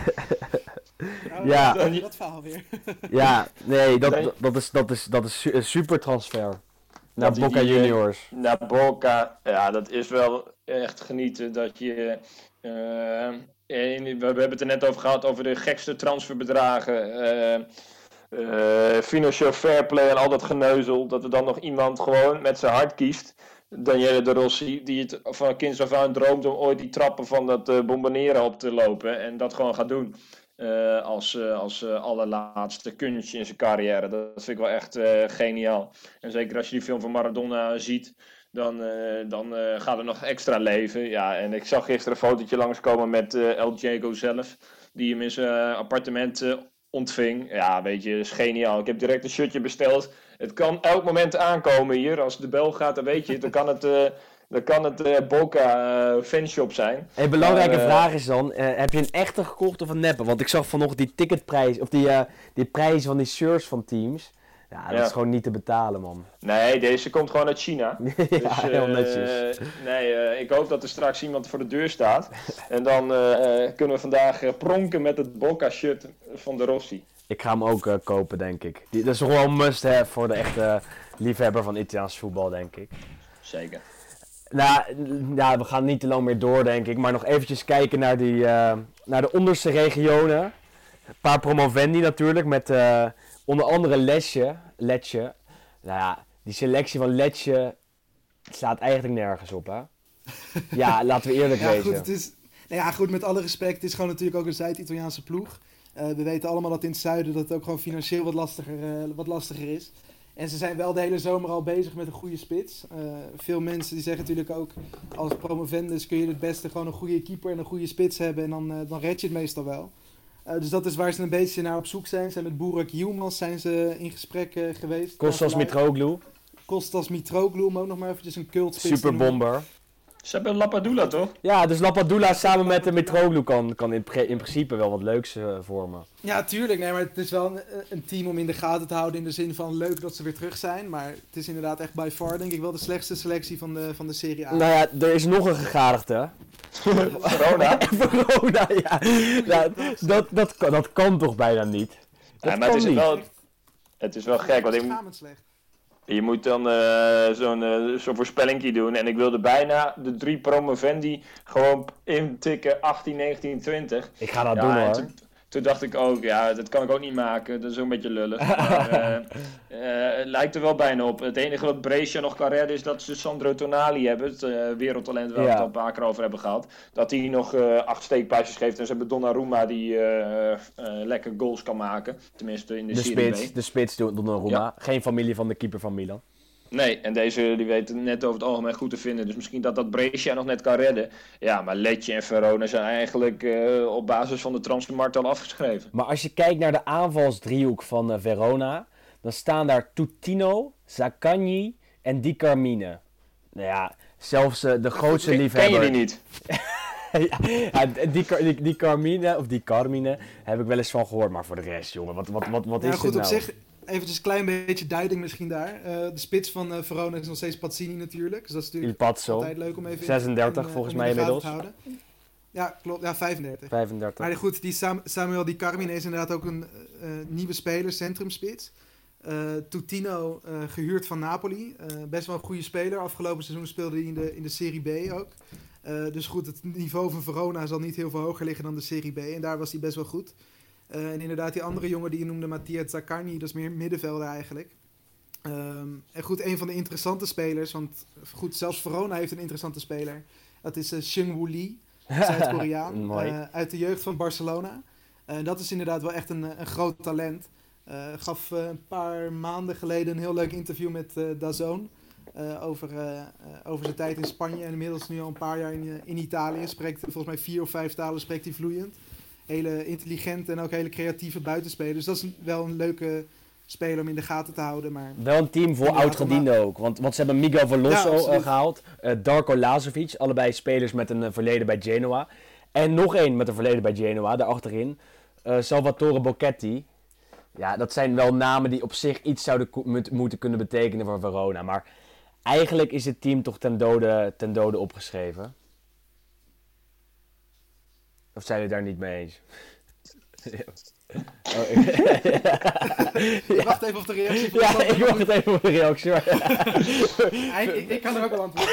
B: Ja.
C: Dat verhaal weer.
B: Ja, nee, dat is een super transfer. Naar Boca Juniors.
D: Naar Boca, ja, dat is wel echt genieten dat je... we hebben het er net over gehad, over de gekste transferbedragen. Financieel fair play en al dat geneuzel. Dat er dan nog iemand gewoon met zijn hart kiest. Daniele De Rossi, die het van kinds af aan droomt om ooit die trappen van dat Bombonera op te lopen. En dat gewoon gaat doen. Als allerlaatste kunstje in zijn carrière. Dat vind ik wel echt geniaal. En zeker als je die film van Maradona ziet, dan gaat er nog extra leven. Ja, en ik zag gisteren een fotootje langskomen met El Diego zelf, die hem in zijn appartement ontving. Ja, weet je, is geniaal. Ik heb direct een shirtje besteld. Het kan elk moment aankomen hier. Als de bel gaat, dan weet je, dan kan het Boca fanshop zijn.
B: Een belangrijke vraag is dan, heb je een echte gekocht of een neppe? Want ik zag vanochtend die ticketprijs, of die prijzen van die shirts van teams. Ja, dat is gewoon niet te betalen, man.
D: Nee, deze komt gewoon uit China.
B: Ja, dus, heel netjes.
D: Ik hoop dat er straks iemand voor de deur staat. En dan kunnen we vandaag pronken met het Boca-shirt van De Rossi.
B: Ik ga hem ook kopen, denk ik. Dat is toch wel een must-have voor de echte liefhebber van Italiaans voetbal, denk ik.
D: Zeker.
B: Nou, ja, we gaan niet te lang meer door, denk ik. Maar nog eventjes kijken naar de onderste regionen. Een paar promovendi natuurlijk, met onder andere Lecce. Nou ja, die selectie van Lecce slaat eigenlijk nergens op, hè? Ja, laten we eerlijk wezen.
C: Goed, met alle respect, het is gewoon natuurlijk ook een Zuid-Italiaanse ploeg. We weten allemaal dat in het zuiden dat het ook gewoon financieel wat lastiger is. En ze zijn wel de hele zomer al bezig met een goede spits. Veel mensen die zeggen natuurlijk ook, als promovendus kun je het beste gewoon een goede keeper en een goede spits hebben. En dan red je het meestal wel. Dus dat is waar ze een beetje naar op zoek zijn. Met Burak Yilmaz zijn ze in gesprek geweest.
B: Kostas
C: Mitroglou, om ook nog maar eventjes een cultspits
B: Superbomber.
D: Ze hebben Lapadula, toch?
B: Ja, dus Lapadula samen met de Mitroglou kan in principe wel wat leuks vormen.
C: Ja, tuurlijk. Nee, maar het is wel een team om in de gaten te houden. In de zin van leuk dat ze weer terug zijn. Maar het is inderdaad echt by far, denk ik, wel de slechtste selectie van de Serie A.
B: Nou ja, er is nog een gegadigde.
D: Verona?
B: Verona, ja. Dat kan toch bijna niet?
D: Ja, maar het is wel gek. Want
C: slecht.
D: Je moet dan zo'n voorspellingje doen. En ik wilde bijna de 3 promovendi gewoon intikken 18, 19, 20.
B: Ik ga dat doen hoor.
D: Toen dacht ik ook, ja, dat kan ik ook niet maken. Dat is ook een beetje lullig. Maar het lijkt er wel bijna op. Het enige wat Brescia nog kan redden is dat ze Sandro Tonali hebben. Het wereldtalent waar we het al een paar keer over hebben gehad. Dat hij nog 8 steekpaasjes geeft. En ze hebben Donnarumma die lekker goals kan maken. Tenminste in de Serie B.
B: De spits Donnarumma. Ja. Geen familie van de keeper van Milan.
D: Nee, en deze die weten net over het algemeen goed te vinden. Dus misschien dat Brescia nog net kan redden. Ja, maar Lecce en Verona zijn eigenlijk op basis van de transfermarkt al afgeschreven.
B: Maar als je kijkt naar de aanvalsdriehoek van Verona, dan staan daar Tutino, Zaccagni en Di Carmine. Nou ja, zelfs de grootste liefhebber...
D: Ken je die niet?
B: Die Carmine, of die Carmine, heb ik wel eens van gehoord. Maar voor de rest, jongen, wat is dit nou?
C: Op zich, eventjes een klein beetje duiding misschien daar. De spits van Verona is nog steeds Pazzini natuurlijk. Dus dat is natuurlijk altijd leuk om even
B: 36 volgens mij inmiddels.
C: Ja, klopt. Ja, 35. Maar goed, die Samuel Di Carmine is inderdaad ook een nieuwe speler, centrumspits. Tutino, gehuurd van Napoli. Best wel een goede speler. Afgelopen seizoen speelde hij in de Serie B ook. Dus goed, het niveau van Verona zal niet heel veel hoger liggen dan de Serie B. En daar was hij best wel goed. En inderdaad, die andere jongen die je noemde, Mattia Zaccarni, dat is meer middenvelder eigenlijk. En goed, een van de interessante spelers, want goed, zelfs Verona heeft een interessante speler. Dat is Seung-woo Lee, Zuid-Koreaan, uit de jeugd van Barcelona. Dat is inderdaad wel echt een groot talent. Gaf een paar maanden geleden een heel leuk interview met DAZN over zijn tijd in Spanje. En inmiddels nu al een paar jaar in Italië. Spreekt volgens mij 4 of 5 talen spreekt hij vloeiend. Hele intelligente en ook hele creatieve buitenspeler. Dus dat is wel een leuke speler om in de gaten te houden. Maar
B: wel een team voor oud-gedienden ook. Want ze hebben Miguel Veloso gehaald. Darko Lazovic. Allebei spelers met een verleden bij Genoa. En nog één met een verleden bij Genoa. Daarachterin. Salvatore Bocchetti. Ja, dat zijn wel namen die op zich iets zouden moeten kunnen betekenen voor Verona. Maar eigenlijk is het team toch ten dode opgeschreven. Of zijn jullie daar niet mee eens?
C: Ik wacht even op de reactie.
B: Ja, ik wacht even op de reactie.
C: Ik kan er ook wel antwoord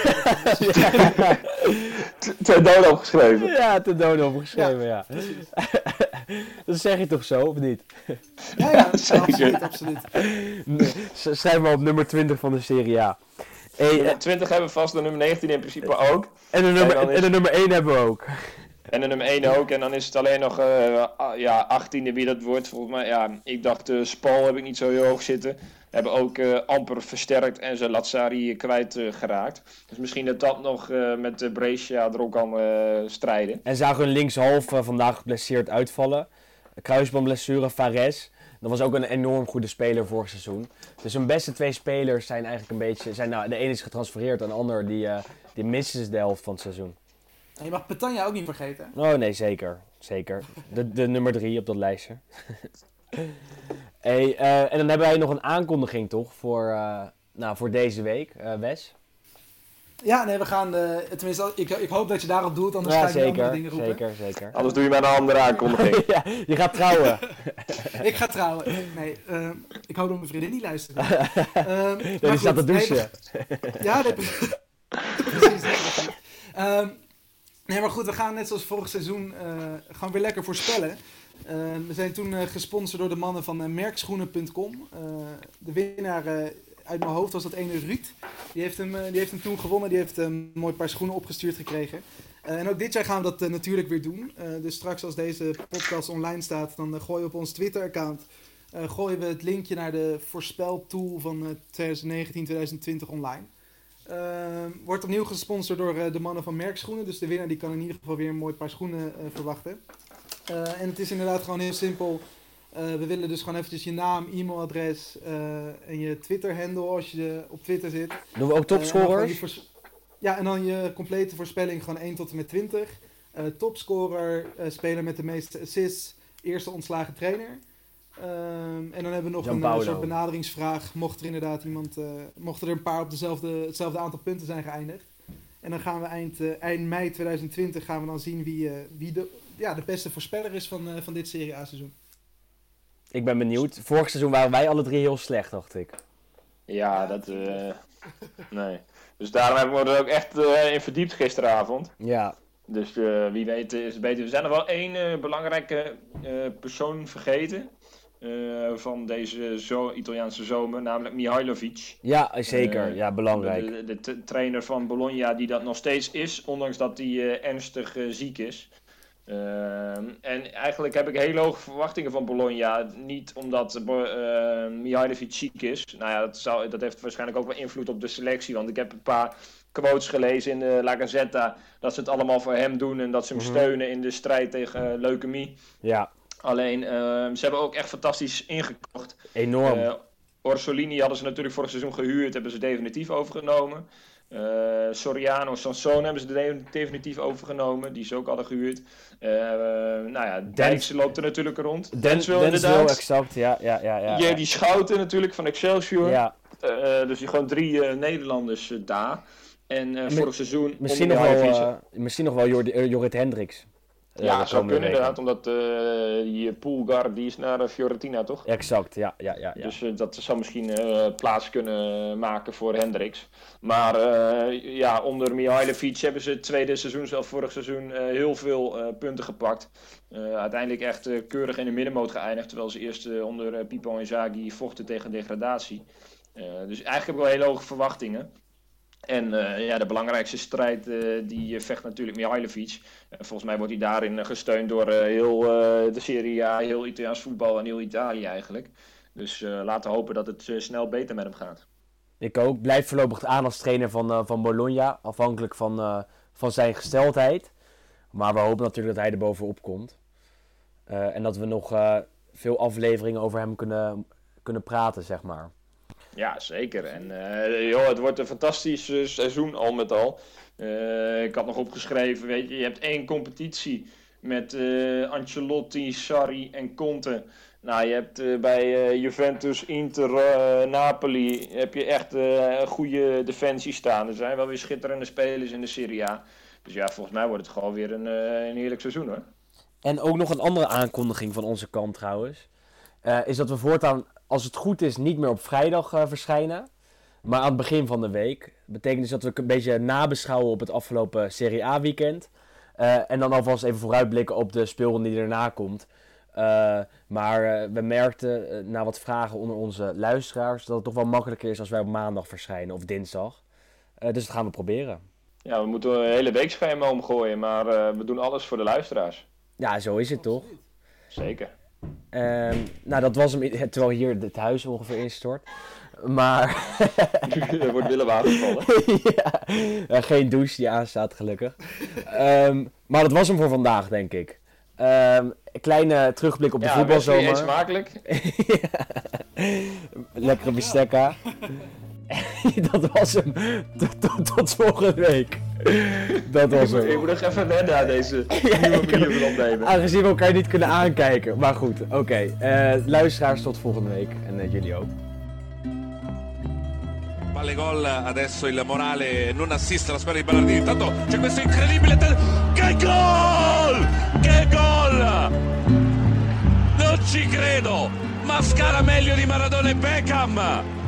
C: op.
D: Ten dode opgeschreven.
B: Ja, ten dode opgeschreven, ja. Dat zeg je toch zo, of niet?
C: Ja, absoluut.
B: Schrijf maar op nummer 20 van de Serie A.
D: Hey, 20 hebben we vast, de nummer 19 in principe ook.
B: En de nummer 1 hebben we ook.
D: En de nummer 1 ook. En dan is het alleen nog 18e wie dat wordt. Volgens mij, ja, ik dacht Spal heb ik niet zo heel hoog zitten. Hebben ook amper versterkt en ze Lazzari kwijt geraakt. Dus misschien dat nog met Brescia er ook kan strijden.
B: En zagen hun linkshalf vandaag geblesseerd uitvallen. Kruisbandblessure, Fares. Dat was ook een enorm goede speler vorig seizoen. Dus hun beste 2 spelers zijn eigenlijk een beetje... de ene is getransfereerd en de ander die missen de helft van het seizoen.
C: En je mag Petagna ook niet vergeten.
B: Oh nee, zeker. De nummer 3 op dat lijstje. Hey, en dan hebben wij nog een aankondiging toch voor deze week, Wes?
C: Ja, nee, we gaan... tenminste, ik hoop dat je daarop doet, anders ga ik andere dingen roepen.
B: Zeker.
D: Anders doe je mij een andere aankondiging.
B: Ja, je gaat trouwen.
C: Ik ga trouwen. Nee, ik hoop dat mijn vriendin niet luistert.
B: Die staat te douchen.
C: Ja, nee, precies. Nee, maar goed, we gaan net zoals vorig seizoen gewoon weer lekker voorspellen. We zijn toen gesponsord door de mannen van merkschoenen.com. De winnaar uit mijn hoofd was dat ene Ruud. Die heeft hem toen gewonnen. Die heeft een mooi paar schoenen opgestuurd gekregen. En ook dit jaar gaan we dat natuurlijk weer doen. Dus straks als deze podcast online staat, dan gooien we op ons Twitter-account gooien we het linkje naar de voorspeltool van 2019-2020 online. Wordt opnieuw gesponsord door de mannen van Merkschoenen. Dus de winnaar die kan in ieder geval weer een mooi paar schoenen verwachten. En het is inderdaad gewoon heel simpel. We willen dus gewoon eventjes je naam, e-mailadres en je Twitter-handle als je op Twitter zit.
B: Doen we ook topscorers?
C: En dan je complete voorspelling gewoon 1 tot en met 20. Topscorer, speler met de meeste assists, eerste ontslagen trainer. En dan hebben we nog een soort benaderingsvraag. Mocht er inderdaad mochten er een paar op hetzelfde aantal punten zijn geëindigd. En dan gaan we eind mei 2020 gaan we dan zien wie de beste voorspeller is van dit Serie A seizoen.
B: Ik ben benieuwd. Vorig seizoen waren wij alle 3 heel slecht, dacht ik.
D: Ja, dat... nee. Dus daarom hebben we er ook echt in verdiept gisteravond.
B: Ja.
D: Dus wie weet is het beter. We zijn nog wel 1 belangrijke persoon vergeten. Van deze Italiaanse zomer, namelijk Mihailovic.
B: Ja, zeker. Ja, belangrijk.
D: De trainer van Bologna die dat nog steeds is, ondanks dat hij ernstig ziek is. En eigenlijk heb ik hele hoge verwachtingen van Bologna. Niet omdat Mihailovic ziek is. Nou ja, dat heeft waarschijnlijk ook wel invloed op de selectie. Want ik heb een paar quotes gelezen in de La Gazzetta dat ze het allemaal voor hem doen en dat ze hem steunen in de strijd tegen leukemie.
B: Ja.
D: Alleen, ze hebben ook echt fantastisch ingekocht.
B: Enorm.
D: Orsolini hadden ze natuurlijk vorig seizoen gehuurd, hebben ze definitief overgenomen. Soriano, Sansone hebben ze definitief overgenomen, die ze ook hadden gehuurd. Dijkse loopt er natuurlijk rond. Denswil inderdaad.
B: Exact, ja.
D: Die Schouten natuurlijk van Excelsior.
B: Ja.
D: Dus die gewoon 3 Nederlanders daar. En vorig seizoen...
B: Misschien nog wel Jorrit Hendricks.
D: Ja,
B: de
D: zou
B: komende
D: kunnen
B: weken.
D: inderdaad, omdat die Poelgar, die is naar Fiorentina, toch?
B: Exact, ja.
D: Dus dat zou misschien plaats kunnen maken voor Hendricks. Maar onder Mihailovic hebben ze het tweede seizoen, zelf vorig seizoen, heel veel punten gepakt. Uiteindelijk echt keurig in de middenmoot geëindigd, terwijl ze eerst onder Pippo Inzaghi vochten tegen degradatie. Dus eigenlijk heb ik wel hele hoge verwachtingen. En de belangrijkste strijd die vecht natuurlijk Mihailovic. Volgens mij wordt hij daarin gesteund door heel de Serie A, heel Italiaans voetbal en heel Italië eigenlijk. Dus laten we hopen dat het snel beter met hem gaat.
B: Ik ook. Blijf voorlopig aan als trainer van Bologna. Afhankelijk van zijn gesteldheid. Maar we hopen natuurlijk dat hij er bovenop komt. En dat we nog veel afleveringen over hem kunnen praten, zeg maar.
D: Ja, zeker. En het wordt een fantastisch seizoen al met al. Ik had nog opgeschreven, weet je hebt 1 competitie met Ancelotti, Sarri en Conte. Nou, je hebt bij Juventus, Inter, Napoli heb je echt een goede defensie staan. Er zijn wel weer schitterende spelers in de Serie A. Dus ja, volgens mij wordt het gewoon weer een heerlijk seizoen, hoor.
B: En ook nog een andere aankondiging van onze kant trouwens. Is dat we voortaan, als het goed is, niet meer op vrijdag verschijnen. Maar aan het begin van de week. Dat betekent dus dat we een beetje nabeschouwen op het afgelopen Serie A weekend. En dan alvast even vooruitblikken op de speelronde die erna komt. Maar we merkten na wat vragen onder onze luisteraars dat het toch wel makkelijker is als wij op maandag verschijnen of dinsdag. Dus dat gaan we proberen.
D: Ja, we moeten een hele weekschema omgooien, maar we doen alles voor de luisteraars.
B: Ja, zo is het toch?
D: Zeker.
B: Dat was hem, terwijl hier het huis ongeveer instort. Maar...
D: Er wordt Willem aangevallen.
B: Ja, geen douche die aanstaat gelukkig. Maar dat was hem voor vandaag, denk ik. Een kleine terugblik op de voetbalzomer.
D: Eet smakelijk.
B: Lekkere bistecca. Dat was hem. Tot volgende week. Dat was hem.
D: Ik moet nog even wennen aan deze nieuwe manier van opnemen.
B: Aangezien we elkaar niet kunnen aankijken. Maar goed, oké. Luisteraars, tot volgende week. En jullie ook.
A: Palle gol, adesso il Morale non assiste alla squadra di Ballardini. Intanto c'è questo incredibile che gol! Che gol! Non ci credo! Ma scala meglio di Maradona e Beckham!